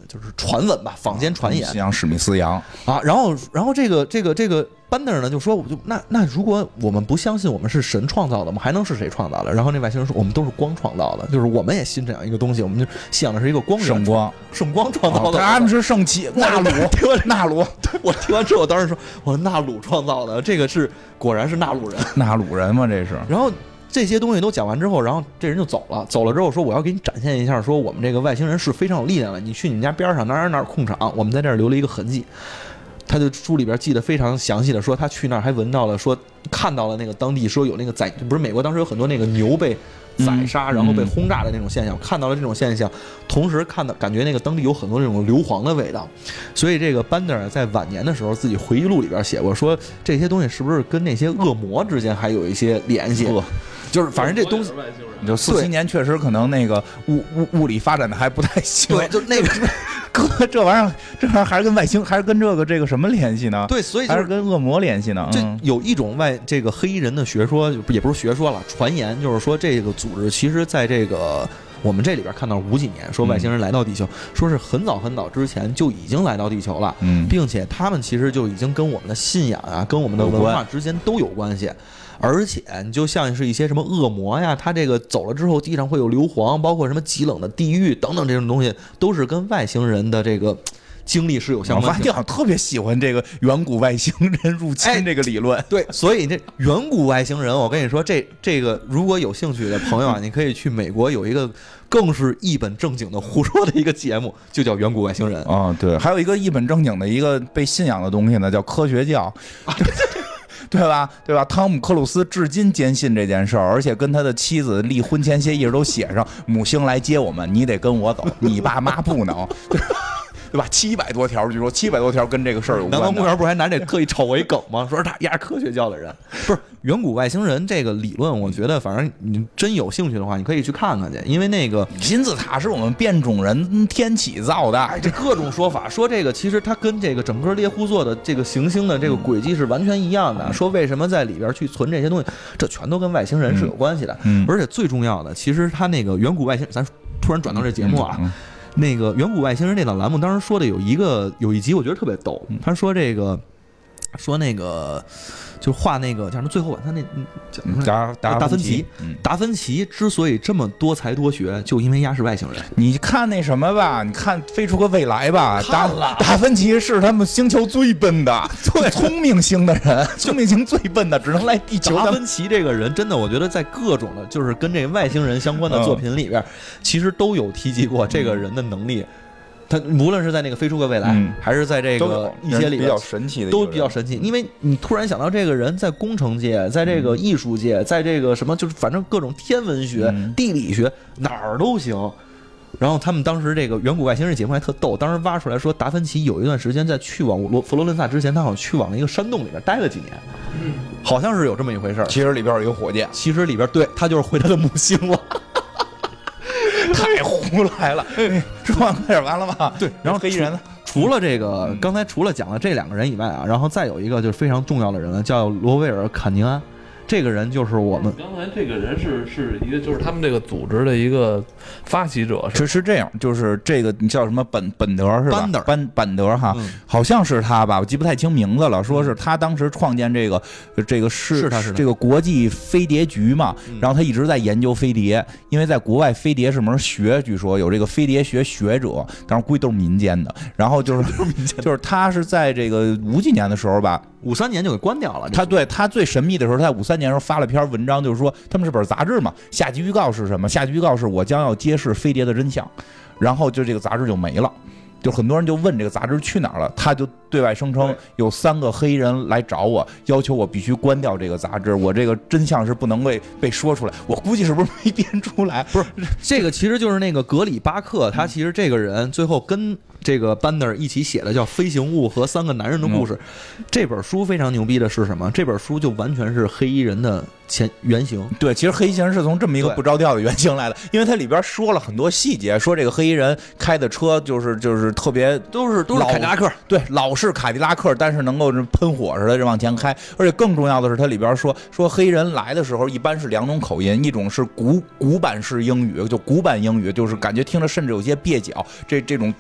就是传闻吧，坊间传言， 像史密斯羊啊。然后这个班德尔呢就说，那如果我们不相信我们是神创造的，我们还能是谁创造的？然后那外星人说，我们都是光创造的，就是我们也信这样一个东西，我们就信仰的是一个光圣光创造的， 他们是圣气纳鲁，纳鲁。 我听完之后，我当时说，我纳鲁创造的，这个果然是纳鲁人， 纳鲁人嘛，这是。 然后这些东西都讲完之后，然后这人就走了之后说，我要给你展现一下，说我们这个外星人是非常有力量的，你去你们家边上哪儿空场，我们在这儿留了一个痕迹。他就书里边记得非常详细的说，他去那儿还闻到了，说看到了那个当地说有那个不是美国当时有很多那个牛被宰杀然后被轰炸的那种现象，看到了这种现象，同时感觉那个当地有很多那种硫磺的味道，所以这个班德尔在晚年的时候自己回忆录里边写过，说这些东西是不是跟那些恶魔之间还有一些联系？就是反正这东西， 就47年确实可能那个物理发展的还不太行， 对，就那个哥这玩意儿还是跟外星，还是跟这个什么联系呢？ 对，所以还是跟恶魔联系呢。 这有一种这个黑衣人的学说，也不是学说了，传言就是说这个组织其实在这个我们这里边看到50几年，说外星人来到地球，说是很早很早之前就已经来到地球了，并且他们其实就已经跟我们的信仰啊，跟我们的文化之间都有关系。而且你就像是一些什么恶魔呀，他这个走了之后地上会有硫磺，包括什么极冷的地狱等等这种东西，都是跟外星人的这个经历是有相关的。 我发现好像特别喜欢这个远古外星人入侵这个理论。 对，所以这远古外星人，我跟你说，这个如果有兴趣的朋友啊，你可以去美国有一个更是一本正经的胡说的一个节目，就叫远古外星人啊。对，还有一个一本正经的一个被信仰的东西呢，叫科学教。对吧？汤姆克鲁斯至今坚信这件事儿，而且跟他的妻子立婚前协议都写上：母星来接我们，你得跟我走，你爸妈不能。对吧？700多条，据说700多条跟这个事儿有关。 南方公园不是还拿这特意炒过一梗吗？说他压科学教的人，不是远古外星人这个理论，我觉得反正你真有兴趣的话，你可以去看看去，因为那个金字塔是我们变种人天启造的， 这各种说法，说这个其实它跟这个整个猎户座的这个行星的这个轨迹是完全一样的。说为什么在里边去存这些东西，这全都跟外星人是有关系的。而且最重要的，其实他那个远古外星，咱突然转到这节目啊。那个远古外星人这档栏目当时说的有一集我觉得特别逗，他说那个就画那个叫什么最后晚餐那达芬奇，达芬奇之所以这么多才多学，就因为丫是外星人。 你看那什么吧，你看飞出个未来吧，达芬奇是他们星球最笨的，最聪明星的人，聪明星最笨的，只能来地球。 达芬奇这个人真的，我觉得在各种的就是跟这个外星人相关的作品里边，其实都有提及过这个人的能力。他无论是在那个飞出个未来，还是在这个一些里边比较神奇的， 都比较神奇。因为你突然想到这个人在工程界，在这个艺术界，在这个什么，就是反正各种天文学、地理学哪儿都行。然后他们当时这个远古外星人节目还特逗，当时挖出来说，达芬奇有一段时间在去往佛罗伦萨之前，他好像去往了一个山洞里边待了几年，好像是有这么一回事。 其实里边有一个火箭， 其实里边对他就是回他的母星了。 太胡来了！说完快点完了吧？ 对，然后黑衣人呢？除了这个，刚才除了讲了这2个人以外啊，然后再有一个就是非常重要的人了，叫罗威尔·坎宁安。这个人就是我们刚才这个人是一个，就是他们这个组织的一个发起者， 是这样，就是这个你叫什么本德是吧？班德哈，好像是他吧，我记不太清名字了。说是他当时创建这个是这个国际飞碟局嘛，然后他一直在研究飞碟，因为在国外飞碟是门学，据说有这个飞碟学者，当然估计都是民间的。然后就是他是在这个50几年的时候吧。 53年就给关掉了。 他最神秘的时候，他在53年的时候发了篇文章，就是说他们是本杂志嘛。下集预告是什么？下集预告是我将要揭示飞碟的真相，然后就这个杂志就没了。就很多人就问这个杂志去哪儿了，他就对外声称有3个黑衣人来找我，要求我必须关掉这个杂志，我这个真相是不能被说出来。我估计是不是没编出来？ 不是，这个其实就是那个格里巴克，他其实这个人最后跟这个班德尔一起写的叫《飞行物和3个男人的故事》。这本书非常牛逼的是什么？这本书就完全是黑衣人的原型。 对，其实黑衣人是从这么一个不着调的原型来的，因为它里边说了很多细节，说这个黑衣人开的车就是特别都是凯迪拉克， 对，老式凯迪拉克，但是能够喷火似的往前开。而且更重要的是，它里边说黑衣人来的时候一般是2种口音，一种是古板式英语，就古板英语，就是感觉听着甚至有些蹩脚，这种特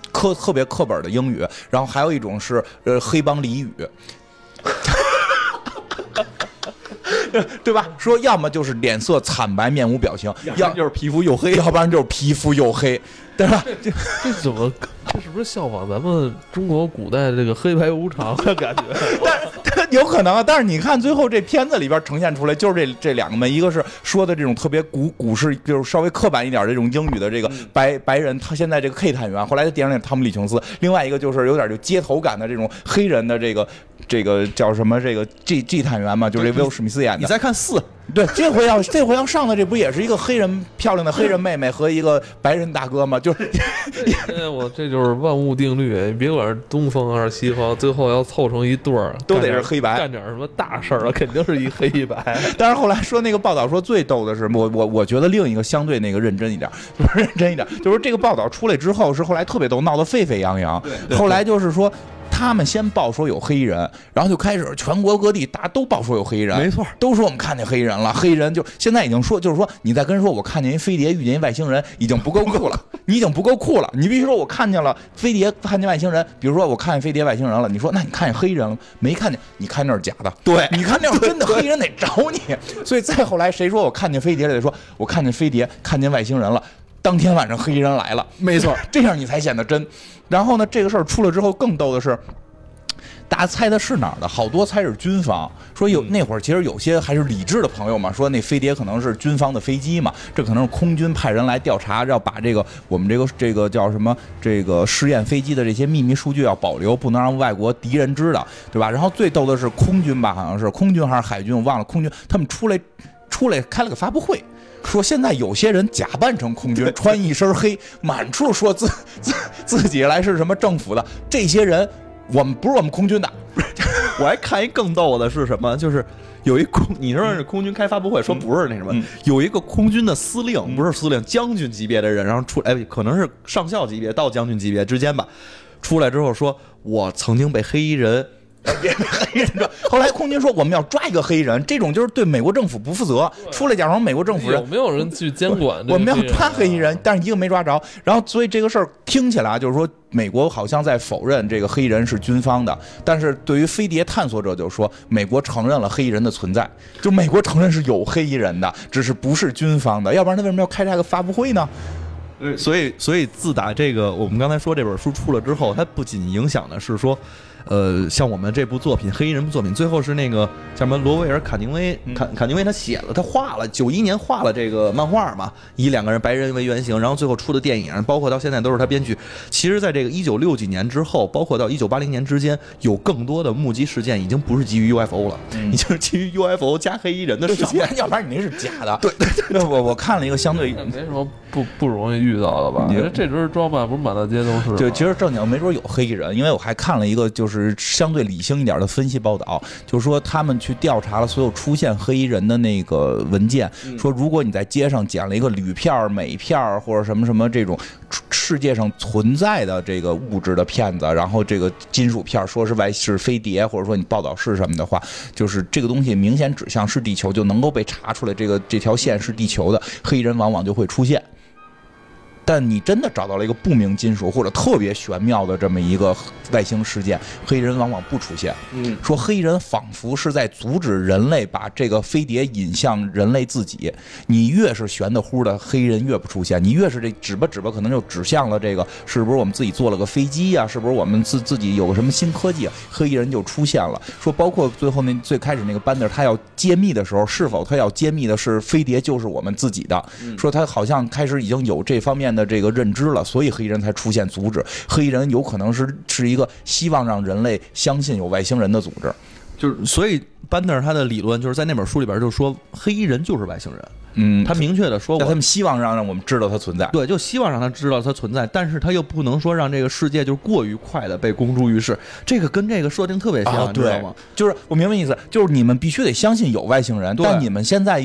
特别课本的英语，然后还有一种是黑帮俚语。对吧？说要么就是脸色惨白，面无表情，要么就是皮肤黝黑， 要不然就是皮肤黝黑，对吧？ 这怎么？这是不是效仿咱们中国古代这个黑白无常的感觉？ 但有可能啊。但是你看最后这片子里边呈现出来，就是这两个嘛，一个是说的这种特别古式，就是稍微刻板一点这种英语的这个白人，他现在这个 K 探员，后来的电影里汤姆李琼斯；另外一个就是有点就街头感的这种黑人的这个叫什么这个 G 探员嘛，就是这威尔史密斯演的。 你再看4。 对，这回要上的这不也是一个漂亮的黑人妹妹和一个白人大哥吗？就是这就是万物定律，你别管是东方还是西方，最后要凑成一对儿， 都得是黑白， 干点什么大事儿了，肯定是一黑一白。 但是后来说那个报道说最逗的是，我觉得另一个相对那个认真一点，就是这个报道出来之后，是后来特别逗，闹得沸沸扬扬。后来就是说。他们先报说有黑衣人，然后就开始全国各地大家都报说有黑衣人， 没错， 都说我们看见黑衣人了。黑衣人就现在已经说，就是说你在跟人说我看见一飞碟遇见一外星人，已经不够酷了，你已经不够酷了。你必须说我看见了飞碟，看见外星人，比如说我看见飞碟外星人了，你说那你看见黑衣人了没看见？你看那是假的， 对， 你看那是真的，黑衣人得找你。所以再后来谁说我看见飞碟了，得说我看见飞碟，看见外星人了。当天晚上黑衣人来了， 没错， 这样你才显得真。然后呢，这个事儿出了之后，更逗的是。大家猜的是哪儿的？好多猜是军方，说那会儿其实有些还是理智的朋友嘛，说那飞碟可能是军方的飞机嘛，这可能是空军派人来调查，要把我们这个叫什么这个试验飞机的这些秘密数据要保留，不能让外国敌人知道，对吧？然后最逗的是空军吧，好像是空军还是海军，我忘了，空军他们出来开了个发布会。说现在有些人假扮成空军，穿一身黑，满处说自己来是什么政府的，这些人。我们不是我们空军的， 我还看一更逗的是什么？就是有一你说是空军开发布会，说不是那什么，有一个空军的司令，不是司令，将军级别的人，然后可能是上校级别到将军级别之间吧，出来之后说，我曾经被黑衣人。 别黑人抓，后来空军说我们要抓一个黑人，这种就是对美国政府不负责。出来假装美国政府人有没有人去监管？ 我们要抓黑衣人，但是一个没抓着。然后所以这个事儿听起来就是说，美国好像在否认这个黑衣人是军方的，但是对于飞碟探索者就说，美国承认了黑衣人的存在，就美国承认是有黑衣人的，只是不是军方的，要不然他为什么要开这个发布会呢？ 所以自打这个我们刚才说这本书出了之后，它不仅影响的是说。像我们这部作品《黑衣人》作品，最后是那个叫什么罗威尔·坎宁威，坎宁威他写了，他画了91年画了这个漫画嘛，以2个人白人为原型，然后最后出的电影，包括到现在都是他编剧。其实，在这个1960几年之后，包括到1980年之间，有更多的目击事件已经不是基于 UFO 了，已经是基于 UFO 加黑衣人的事件， 要不然你那是假的。对，我看了一个相对没什么不容易遇到的吧？这只装扮不是满大街都是。 对，其实正经没准有黑衣人，因为我还看了一个就是相对理性一点的分析报道，就是说他们去调查了所有出现黑衣人的那个文件，说如果你在街上捡了一个铝片、镁片或者什么什么这种世界上存在的这个物质的片子，然后这个金属片说是飞碟，或者说你报道是什么的话，就是这个东西明显指向是地球，就能够被查出来这条线是地球的，黑衣人往往就会出现。但你真的找到了一个不明金属或者特别玄妙的这么一个外星事件，黑衣人往往不出现。说黑衣人仿佛是在阻止人类把这个飞碟引向人类自己。你越是玄的乎的，黑衣人越不出现；你越是这指吧，可能就指向了这个是不是我们自己做了个飞机啊？是不是我们自己有个什么新科技啊？黑衣人就出现了。说包括最后最开始那个班德他要揭秘的时候，是否他要揭秘的是飞碟就是我们自己的？说他好像开始已经有这方面的这个认知了，所以黑衣人才出现阻止。黑衣人有可能是一个希望让人类相信有外星人的组织。 就是所以班德他的理论就是在那本书里边就说黑衣人就是外星人。他明确的说过， 他们希望让我们知道他存在， 对，就希望让他知道他存在，但是他又不能说让这个世界就过于快的被公诸于世，这个跟这个设定特别像，你知道吗？ 就是我明白意思，就是你们必须得相信有外星人，但你们现在有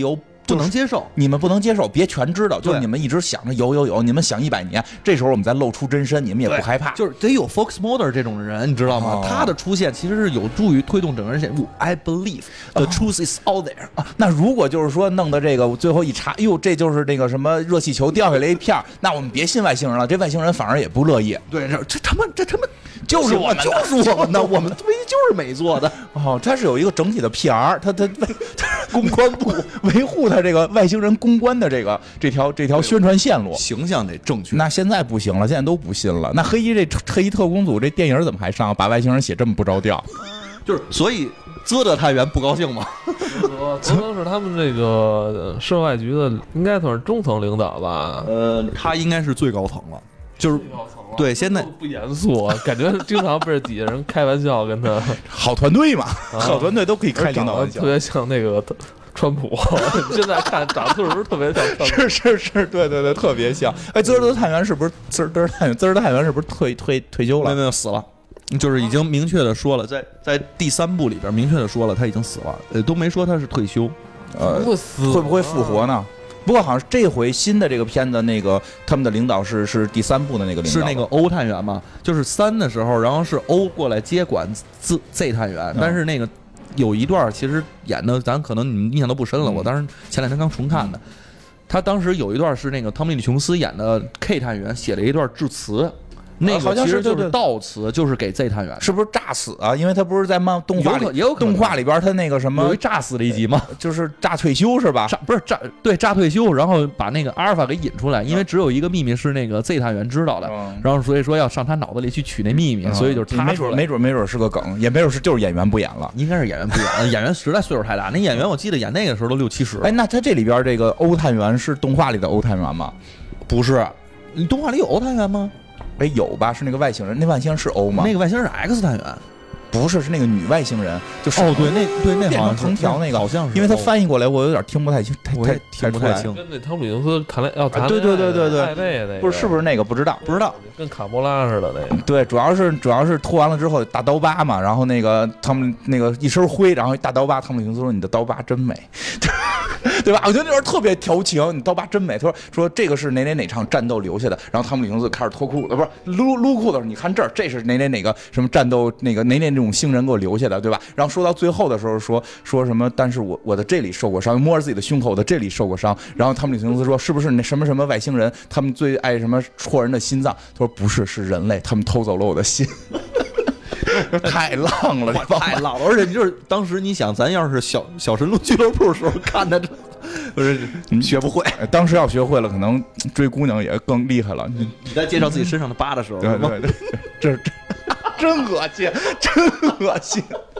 不能接受， 你们不能接受，别全知道，就是你们一直想着有，你们想100年，这时候我们再露出真身，你们也不害怕。 就是得有 Fox Mulder 这种人，你知道吗？他的出现其实是有助于推动整个人线。I believe the truth is out there。 那如果就是说弄的这个最后一查，哟，这就是那个什么热气球掉下来一片，那我们别信外星人了，这外星人反而也不乐意。 对，这他妈就是我们的， 就是我们的，我们就是美做的。 哦，它是有一个整体的 PR，它公关部维护它这个外星人公关的这条宣传线路， 形象得正确。 那现在不行了，现在都不信了。那黑衣特工组这电影怎么还上？把外星人写这么不着调， 就是所以泽德探员不高兴吗？ 泽德是他们这个涉外局的，应该算是中层领导吧？ 他应该是最高层了，就是对，现在不严肃，感觉经常被底下人开玩笑，跟他好团队嘛，好团队都可以开领导玩笑， 特别像那个川普。现在看长得是不是特别像川普？ 是，对，特别像。哎，泽德探员是不是泽德探员是不是退休了？ 没有死了。就是已经明确的说了，在第3部里边明确的说了他已经死了，都没说他是退休， 会不会复活呢？不过好像这回新的这个片子，那个他们的领导是第3部的那个领导， 是那个欧探员嘛？就是3的时候，然后是欧过来接管 Z 探员，但是那个有一段其实演的，咱可能你们印象都不深了。我当时前2天刚重看的，他当时有一段是那个汤米·李·琼斯演的 K 探员写了一段致辞。那个其实就是悼词，就是给 Z 探员， 是不是炸死啊？因为他不是在动画里，动画里边他那个什么有一炸死的一集吗？ 就是炸退休是吧？ 不是炸退休，然后把那个阿尔法给引出来，因为只有一个秘密是那个 Z 探员知道的，然后所以说要上他脑子里去取那秘密，所以就是他没准是个梗，也没准就是演员不演了， 应该是演员不演了，演员实在岁数太大，那演员我记得演那个时候都60、70。 哎，那他这里边这个欧探员是动画里的欧探员吗？ 不是，你动画里有欧探员吗？ 哎，有吧？是那个外星人，那外星人是欧吗？ 那个外星人是 X 探员， 不是，是那个女外星人，就是那变成藤条那个， 好像是， 因为他翻译过来我有点听不太清， 听不太清。 跟那汤姆·李琼斯谈对， 暧昧那个， 不是不是那个不知道， 跟卡波拉似的那个。 对，主要是拖完了之后大刀疤嘛，然后那个他们那个一身灰，然后大刀疤，汤姆·李琼斯说你的刀疤真美。对吧？我觉得那时候特别调情，你刀疤真美。他说这个是哪场战斗留下的，然后汤姆·李琼斯开始脱裤子，不是撸裤子，你看这是哪个什么战斗哪种星人给我留下的，对吧？然后说到最后的时候说什么，但是我的这里受过伤，摸着自己的胸口的这里受过伤。然后汤姆·李琼斯说是不是那什么外星人，他们最爱什么戳人的心脏？他说不是，是人类，他们偷走了我的心。太浪了， 太浪了！而且就是当时你想，咱要是小神龙俱乐部的时候看的，不是你学不会。当时要学会了，可能追姑娘也更厉害了。 你在介绍自己身上的疤的时候， 对，这真恶心，真恶心。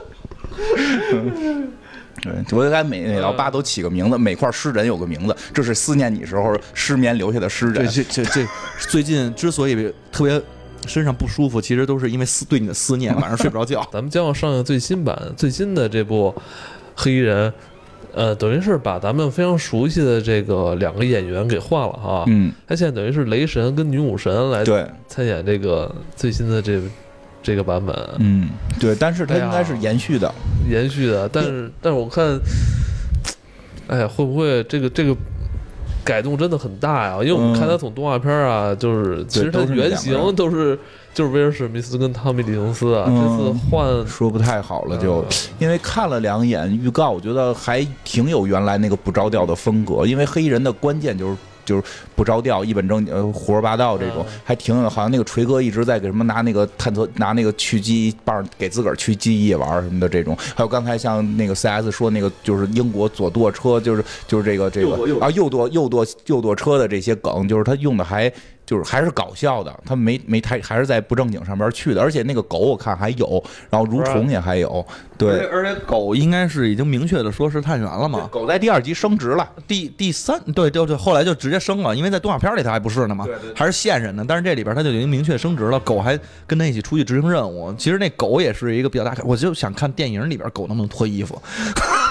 对，我应该每条疤都起个名字，每块湿疹有个名字，这是思念你时候失眠留下的湿疹。 这最近之所以特别身上不舒服，其实都是因为对你的思念，晚上睡不着觉。 咱们将要上映最新的这部黑衣人，等于是把咱们非常熟悉的这个2个演员给换了哈。他现在等于是雷神跟女武神来参演这个最新的这个版本。 对，但是他应该是延续的， 但是我看，哎呀，会不会这个改动真的很大呀？因为我们看他从动画片啊，就是其实他原型就是威尔史密斯跟汤米·李琼斯啊，这次换说不太好了，因为看了2眼预告，我觉得还挺有原来那个不着调的风格。因为黑衣人的关键就是不着调，一本正经胡说八道这种，还挺好像那个锤哥一直在给什么拿那个狙击棒给自个儿狙击一玩什么的这种，还有刚才像那个 CS 说那个就是英国左舵车，就是这个啊右舵车的这些梗，就是他用的还是搞笑的，他没还是在不正经上边去的，而且那个狗我看还有，然后蠕虫也还有，对， 而且狗应该是已经明确的说是探员了嘛， 狗在第2集升职了， 第3对，后来就直接升了，因为在动画片里他还不是呢嘛， 对， 还是线人呢，但是这里边他就已经明确升职了，狗还跟他一起出去执行任务。其实那狗也是一个比较大，我就想看电影里边狗能不能脱衣服。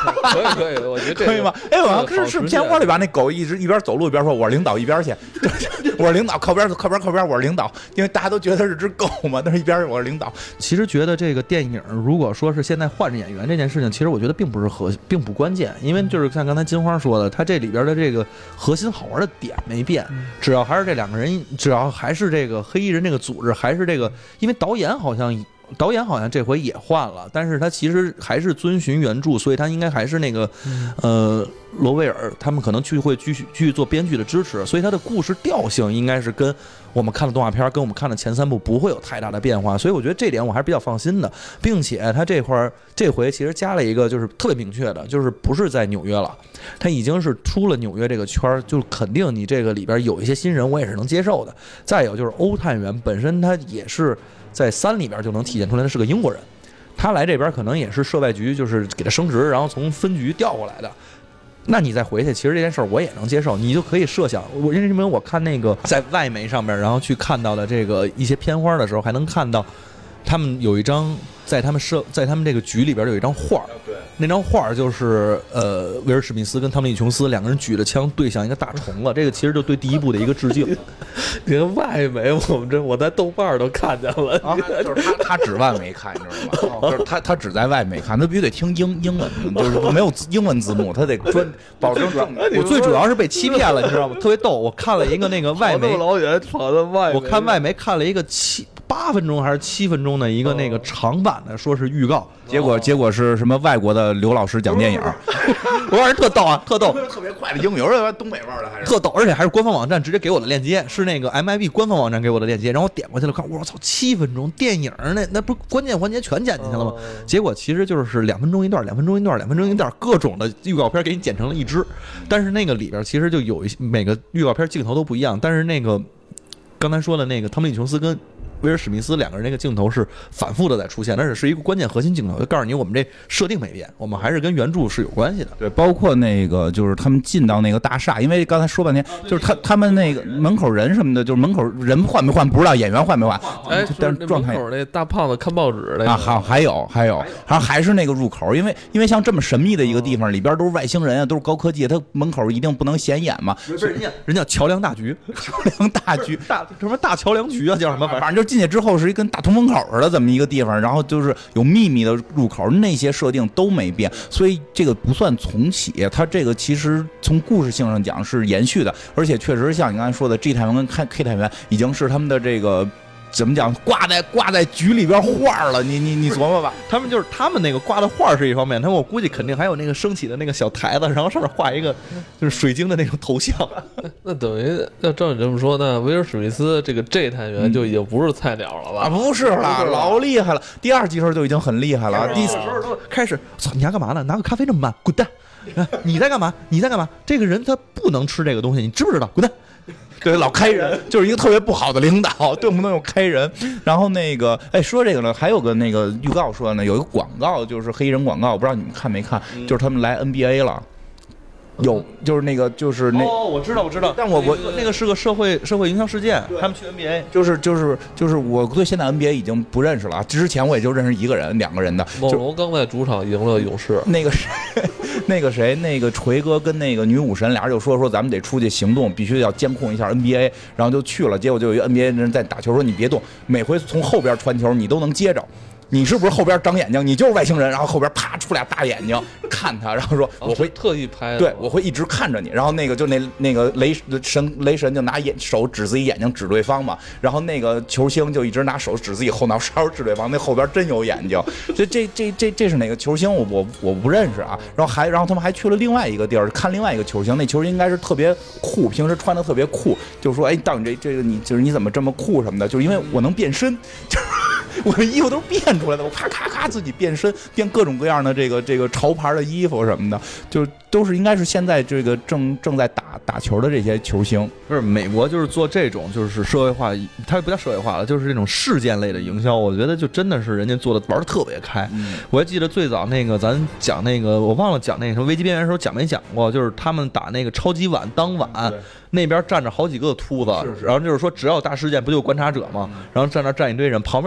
可以，我觉得这可以吗？哎，我好像是片花里边那狗一直一边走路一边说：“我是领导，一边去。”我是领导，靠边，我是领导，因为大家都觉得它是只狗嘛，但是一边我是领导。 其实觉得这个电影如果说是现在换着演员这件事情，其实我觉得并不关键，因为就是像刚才金花说的，它这里边的这个核心好玩的点没变，只要还是这两个人，只要还是这个黑衣人这个组织，还是这个，因为导演好像这回也换了，但是他其实还是遵循原著，所以他应该还是那个罗威尔他们可能会继续做编剧的支持，所以他的故事调性应该是跟我们看的动画片跟我们看的前3部不会有太大的变化，所以我觉得这点我还是比较放心的，并且他这回其实加了一个就是特别明确的，就是不是在纽约了，他已经是出了纽约这个圈，就是肯定你这个里边有一些新人我也是能接受的。再有就是欧探员本身他也是在3里边就能体现出来他是个英国人，他来这边可能也是涉外局就是给他升职，然后从分局调过来的。那你再回去，其实这件事儿我也能接受，你就可以设想，因为我看那个在外媒上面，然后去看到的这个一些片花的时候，还能看到他们有一张在他们这个局里边有一张画，对，那张画就是威尔史密斯跟汤姆·琼斯两个人举着枪对向一个大虫子，这个其实就对第1部的一个致敬。 你看外媒，我在豆瓣都看见了， 就是他只外媒看，你知道吗？就是他只在外媒看，他必须得听英文，就是没有英文字幕，他得保证正。 我最主要是被欺骗了，你知道吗？特别逗，我看了一个那个外媒， 老远跑到外媒， 我看外媒看了一个8分钟还是7分钟的一个那个长版的，说是预告， 结果是什么外国的刘老师讲电影， 我让人特逗啊，特逗， 特别快的英语，有点东北味的，还是特逗，而且还是官方网站直接给我的链接，是那个 MIB 官方网站给我的链接，然后我点过去了看，我操，7分钟电影那不是关键环节全剪进去了吗？结果其实就是2分钟一段，2分钟一段，2分钟一段，各种的预告片给你剪成了一支，但是那个里边其实就有每个预告片镜头都不一样，但是那个刚才说的那个汤姆·琼斯跟威尔史密斯两个人那个镜头是反复的在出现，但是是一个关键核心镜头，就告诉你我们这设定没变，我们还是跟原著是有关系的。 对，包括那个就是他们进到那个大厦，因为刚才说半天，就是他们那个门口人什么的，就是门口人换没换不知道，演员换没换， 哎， 但是状态门口那大胖子看报纸那个啊，还有，还是那个入口，因为像这么神秘的一个地方，里边都是外星人啊，都是高科技，他门口一定不能显眼嘛。 不是人家桥梁大局，大什么大桥梁局啊，叫什么？ 反正就进去之后是一跟大通风口似的这么一个地方，然后就是有秘密的入口，那些设定都没变，所以这个不算重启，它这个其实从故事性上讲是延续的，而且确实像你刚才说的 G 探员跟 K 探员已经是他们的这个。怎么讲？挂在局里边画了，你琢磨吧。 他们那个挂的画是一方面，我估计肯定还有那个升起的那个小台子，然后上面画一个就是水晶的那种头像。 那等于要照你这么说，那威尔史密斯这个 J 探员就已经不是菜鸟了吧？ 啊，不是了，老厉害了。第2集时候就已经很厉害了，第4 时候都开始，操，你还干嘛呢？拿个咖啡这么慢，滚蛋！你在干嘛？这个人他不能吃这个东西，你知不知道？滚蛋！ 对，老开人就是一个特别不好的领导，动不动又开人。然后那个，哎，说这个呢，还有个那个预告说呢，有一个广告，就是黑人广告，我不知道你们看没看，就是他们来 NBA 了。有，就是那个，就是那哦，我知道， 但我那个是个社会营销事件，他们去 NBA， 就是我对现在 NBA 已经不认识了，之前我也就认识1个人、2个人的。 猛龙刚在主场赢了勇士， 那个谁，那个锤哥跟那个女武神俩人就说咱们得出去行动，必须要监控一下 NBA， 然后就去了，结果就有一个 NBA 人在打球，说你别动，每回从后边传球你都能接着。你是不是后边长眼睛？你就是外星人，然后后边啪出俩大眼睛看他，然后说我会特意拍， 对，我会一直看着你。然后那个就那个雷神就拿手指自己眼睛指对方嘛，然后那个球星就一直拿手指自己后脑勺指对方，那后边真有眼睛。这是哪个球星？我不认识啊。然后他们还去了另外一个地儿看另外一个球星，那球星应该是特别酷，平时穿的特别酷，就说哎，到你这个你就是你怎么这么酷什么的，就是因为我能变身，就是我的衣服都是变出来的，我咔咔咔自己变身，变各种各样的这个潮牌的衣服什么的，就都是应该是现在这个正在打球的这些球星。 不是美国就是做这种就是社会化，它不叫社会化了，就是这种事件类的营销，我觉得就真的是人家做的玩的特别开。我还记得最早那个咱讲那个我忘了讲那个什么危机边缘的时候讲没讲过，就是他们打那个超级碗当晚。那边站着好几个秃子，然后就是说只要有大事件不就有观察者吗？然后站那站一堆人，旁边全都是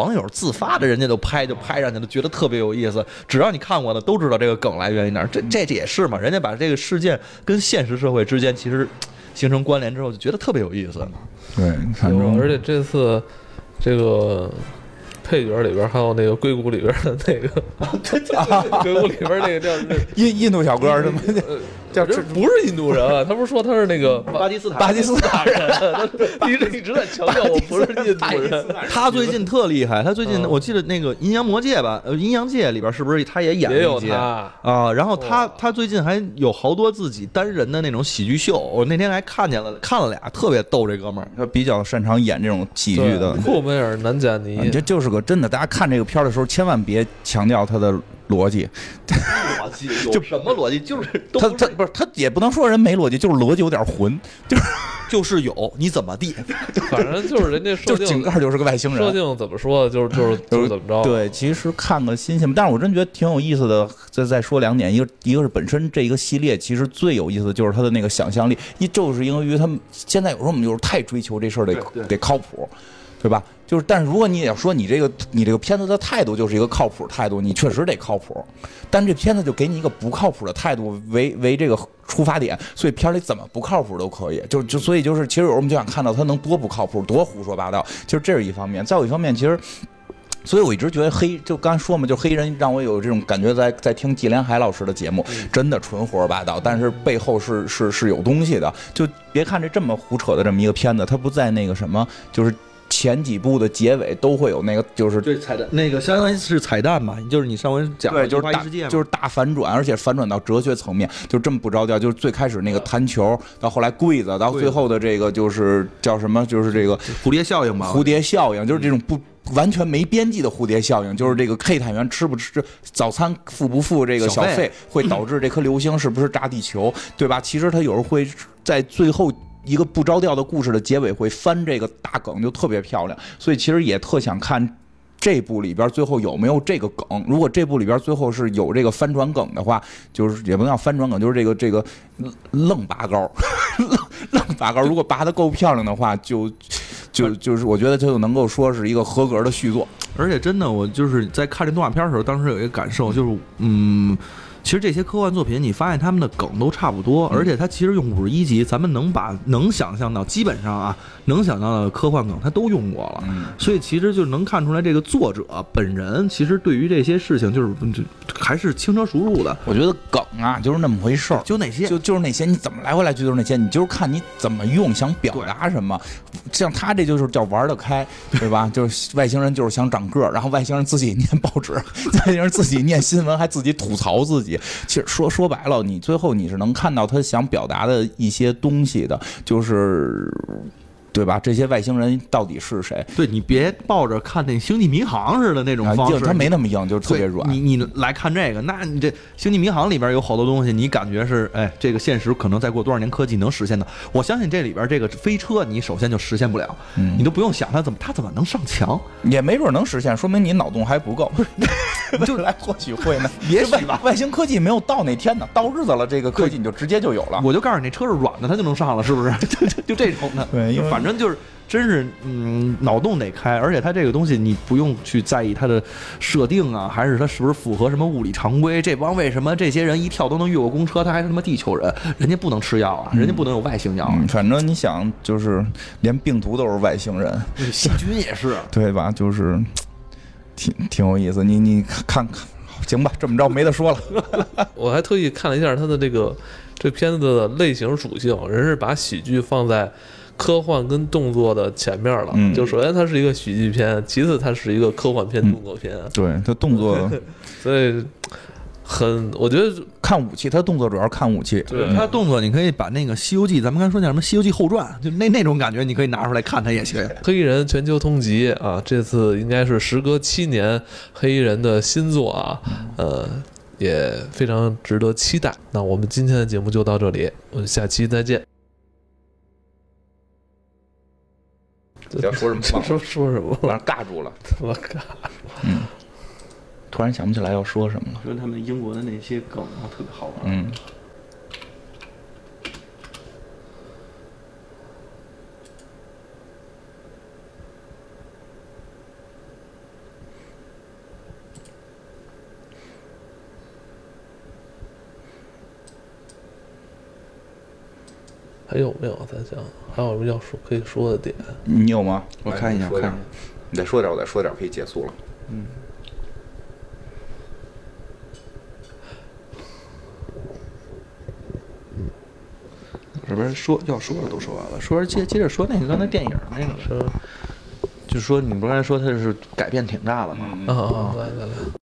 网友自发的，人家就拍上去了，觉得特别有意思。只要你看过的都知道这个梗来源于哪儿，这也是嘛，人家把这个事件跟现实社会之间其实形成关联之后，就觉得特别有意思。 对，反正而且这次这个配角里边还有那个硅谷里边的那个，硅谷里边那个叫印度小哥是吗？叫这不是印度人啊，他不是说他是那个巴基斯坦人，一直在强调我不是印度人。 他最近特厉害，他最近我记得那个《阴阳魔界》吧，阴阳界里边是不是他也演了一届啊？然后他最近还有好多自己单人的那种喜剧秀，我那天还看了俩，特别逗。这哥们儿他比较擅长演这种喜剧的。 库梅尔南贾尼， 这就是个真的。大家看这个片的时候，千万别强调他的逻辑， 有什么逻辑？就是他不是他也不能说人没逻辑，就是逻辑有点混， 就是有你怎么地， 反正就是人家设定， 井盖就是个外星人。 设定怎么说就是怎么着。 对，其实看个新鲜，但是我真觉得挺有意思的。再说两点，一个是本身这一个系列其实最有意思的就是它的那个想象力，就是因为他们现在有时候我们就是太追求这事儿得靠谱。对吧？就是，但是如果你也说你这个片子的态度就是一个靠谱态度，你确实得靠谱。但这片子就给你一个不靠谱的态度为这个出发点，所以片里怎么不靠谱都可以。所以就是，其实有时候我们就想看到他能多不靠谱，多胡说八道。其实这是一方面，再有一方面，其实。所以我一直觉得就刚才说嘛，就黑人让我有这种感觉在听纪连海老师的节目，真的纯胡说八道，但是背后是有东西的。就别看这么胡扯的这么一个片子，它不在那个什么，就是前几部的结尾都会有那个，就是对彩蛋，那个相当于是彩蛋嘛，就是你上回讲的就是大反转，而且反转到哲学层面，就这么不着调。就是最开始那个弹球，到后来柜子，到最后的这个就是叫什么，就是这个蝴蝶效应吧， 蝴蝶效应就是这种完全没边际的蝴蝶效应，就是这个 K 探员吃不吃早餐，付不付这个小费，会导致这颗流星是不是炸地球，对吧？其实他有时候会在最后一个不着调的故事的结尾会翻这个大梗，就特别漂亮。所以其实也特想看这部里边最后有没有这个梗。如果这部里边最后是有这个翻转梗的话，就是也不叫翻转梗，就是这个愣拔高，愣拔高。如果拔得够漂亮的话，就是我觉得就能够说是一个合格的续作。 而且真的，我就是在看这动画片的时候，当时有一个感受，就是其实这些科幻作品，你发现他们的梗都差不多，而且它其实用51集，咱们能想象到，基本上啊，能想到的科幻梗，它都用过了。所以其实就能看出来，这个作者本人其实对于这些事情，就是还是轻车熟路的。 我觉得梗啊，就是那么回事儿， 就那些， 就是那些，你怎么来回来去都是那些，你就是看你怎么用，想表达什么。像他这就是叫玩得开，对吧？就是外星人就是想长个儿，然后外星人自己念报纸，外星人自己念新闻，还自己吐槽自己。其实说白了，你最后你是能看到他想表达的一些东西的，就是对吧？这些外星人到底是谁？ 对，你别抱着看那《星际迷航》似的那种方式， 他没那么硬，就是特别软。 你来看这个，那你这《星际迷航》里边有好多东西，你感觉是这个现实可能再过多少年科技能实现的。我相信这里边这个飞车，你首先就实现不了，你都不用想它怎么能上墙， 也没准能实现，说明你脑洞还不够。就来或许会呢， 也许吧。 外星科技没有到那天呢，到日子了，这个科技你就直接就有了。 我就告诉你，那车是软的，它就能上了，是不是？就这种的。 对， 反正就是真是脑洞得开，而且它这个东西你不用去在意它的设定啊，还是它是不是符合什么物理常规。这帮为什么这些人一跳都能越过公车，他还是他妈地球人？人家不能吃药啊，人家不能有外星药啊。 反正你想，就是连病毒都是外星人， 细菌也是， 对吧？就是挺有意思。你看，行吧，这么着没得说了。 我还特意看了一下它的这片子的类型属性，人是把喜剧放在科幻跟动作的前面了。就首先它是一个喜剧片，其次它是一个科幻片、动作片。 对，它动作， 所以我觉得看武器，它动作主要看武器。 对，它动作你可以把那个《西游记》，咱们刚才说叫什么《西游记后传》，就那种感觉，你可以拿出来看它也行。 黑衣人全球通缉啊，这次应该是时隔7年黑衣人的新作啊，也非常值得期待。那我们今天的节目就到这里，我们下期再见。 要说什么？ 说什么？ 完了，尬住了。 我尬。 突然想不起来要说什么了。 说他们英国的那些梗啊，特别好玩。 还有没有？咱想还有什么要说可以说的点？ 你有吗？ 我看一下，看一下。 你再说点，我再说点，可以结束了。 这边说要说的都说完了，说接着说那个刚才电影那个， 是， 就是说你不是刚才说它是改变挺大的吗？ 来来来。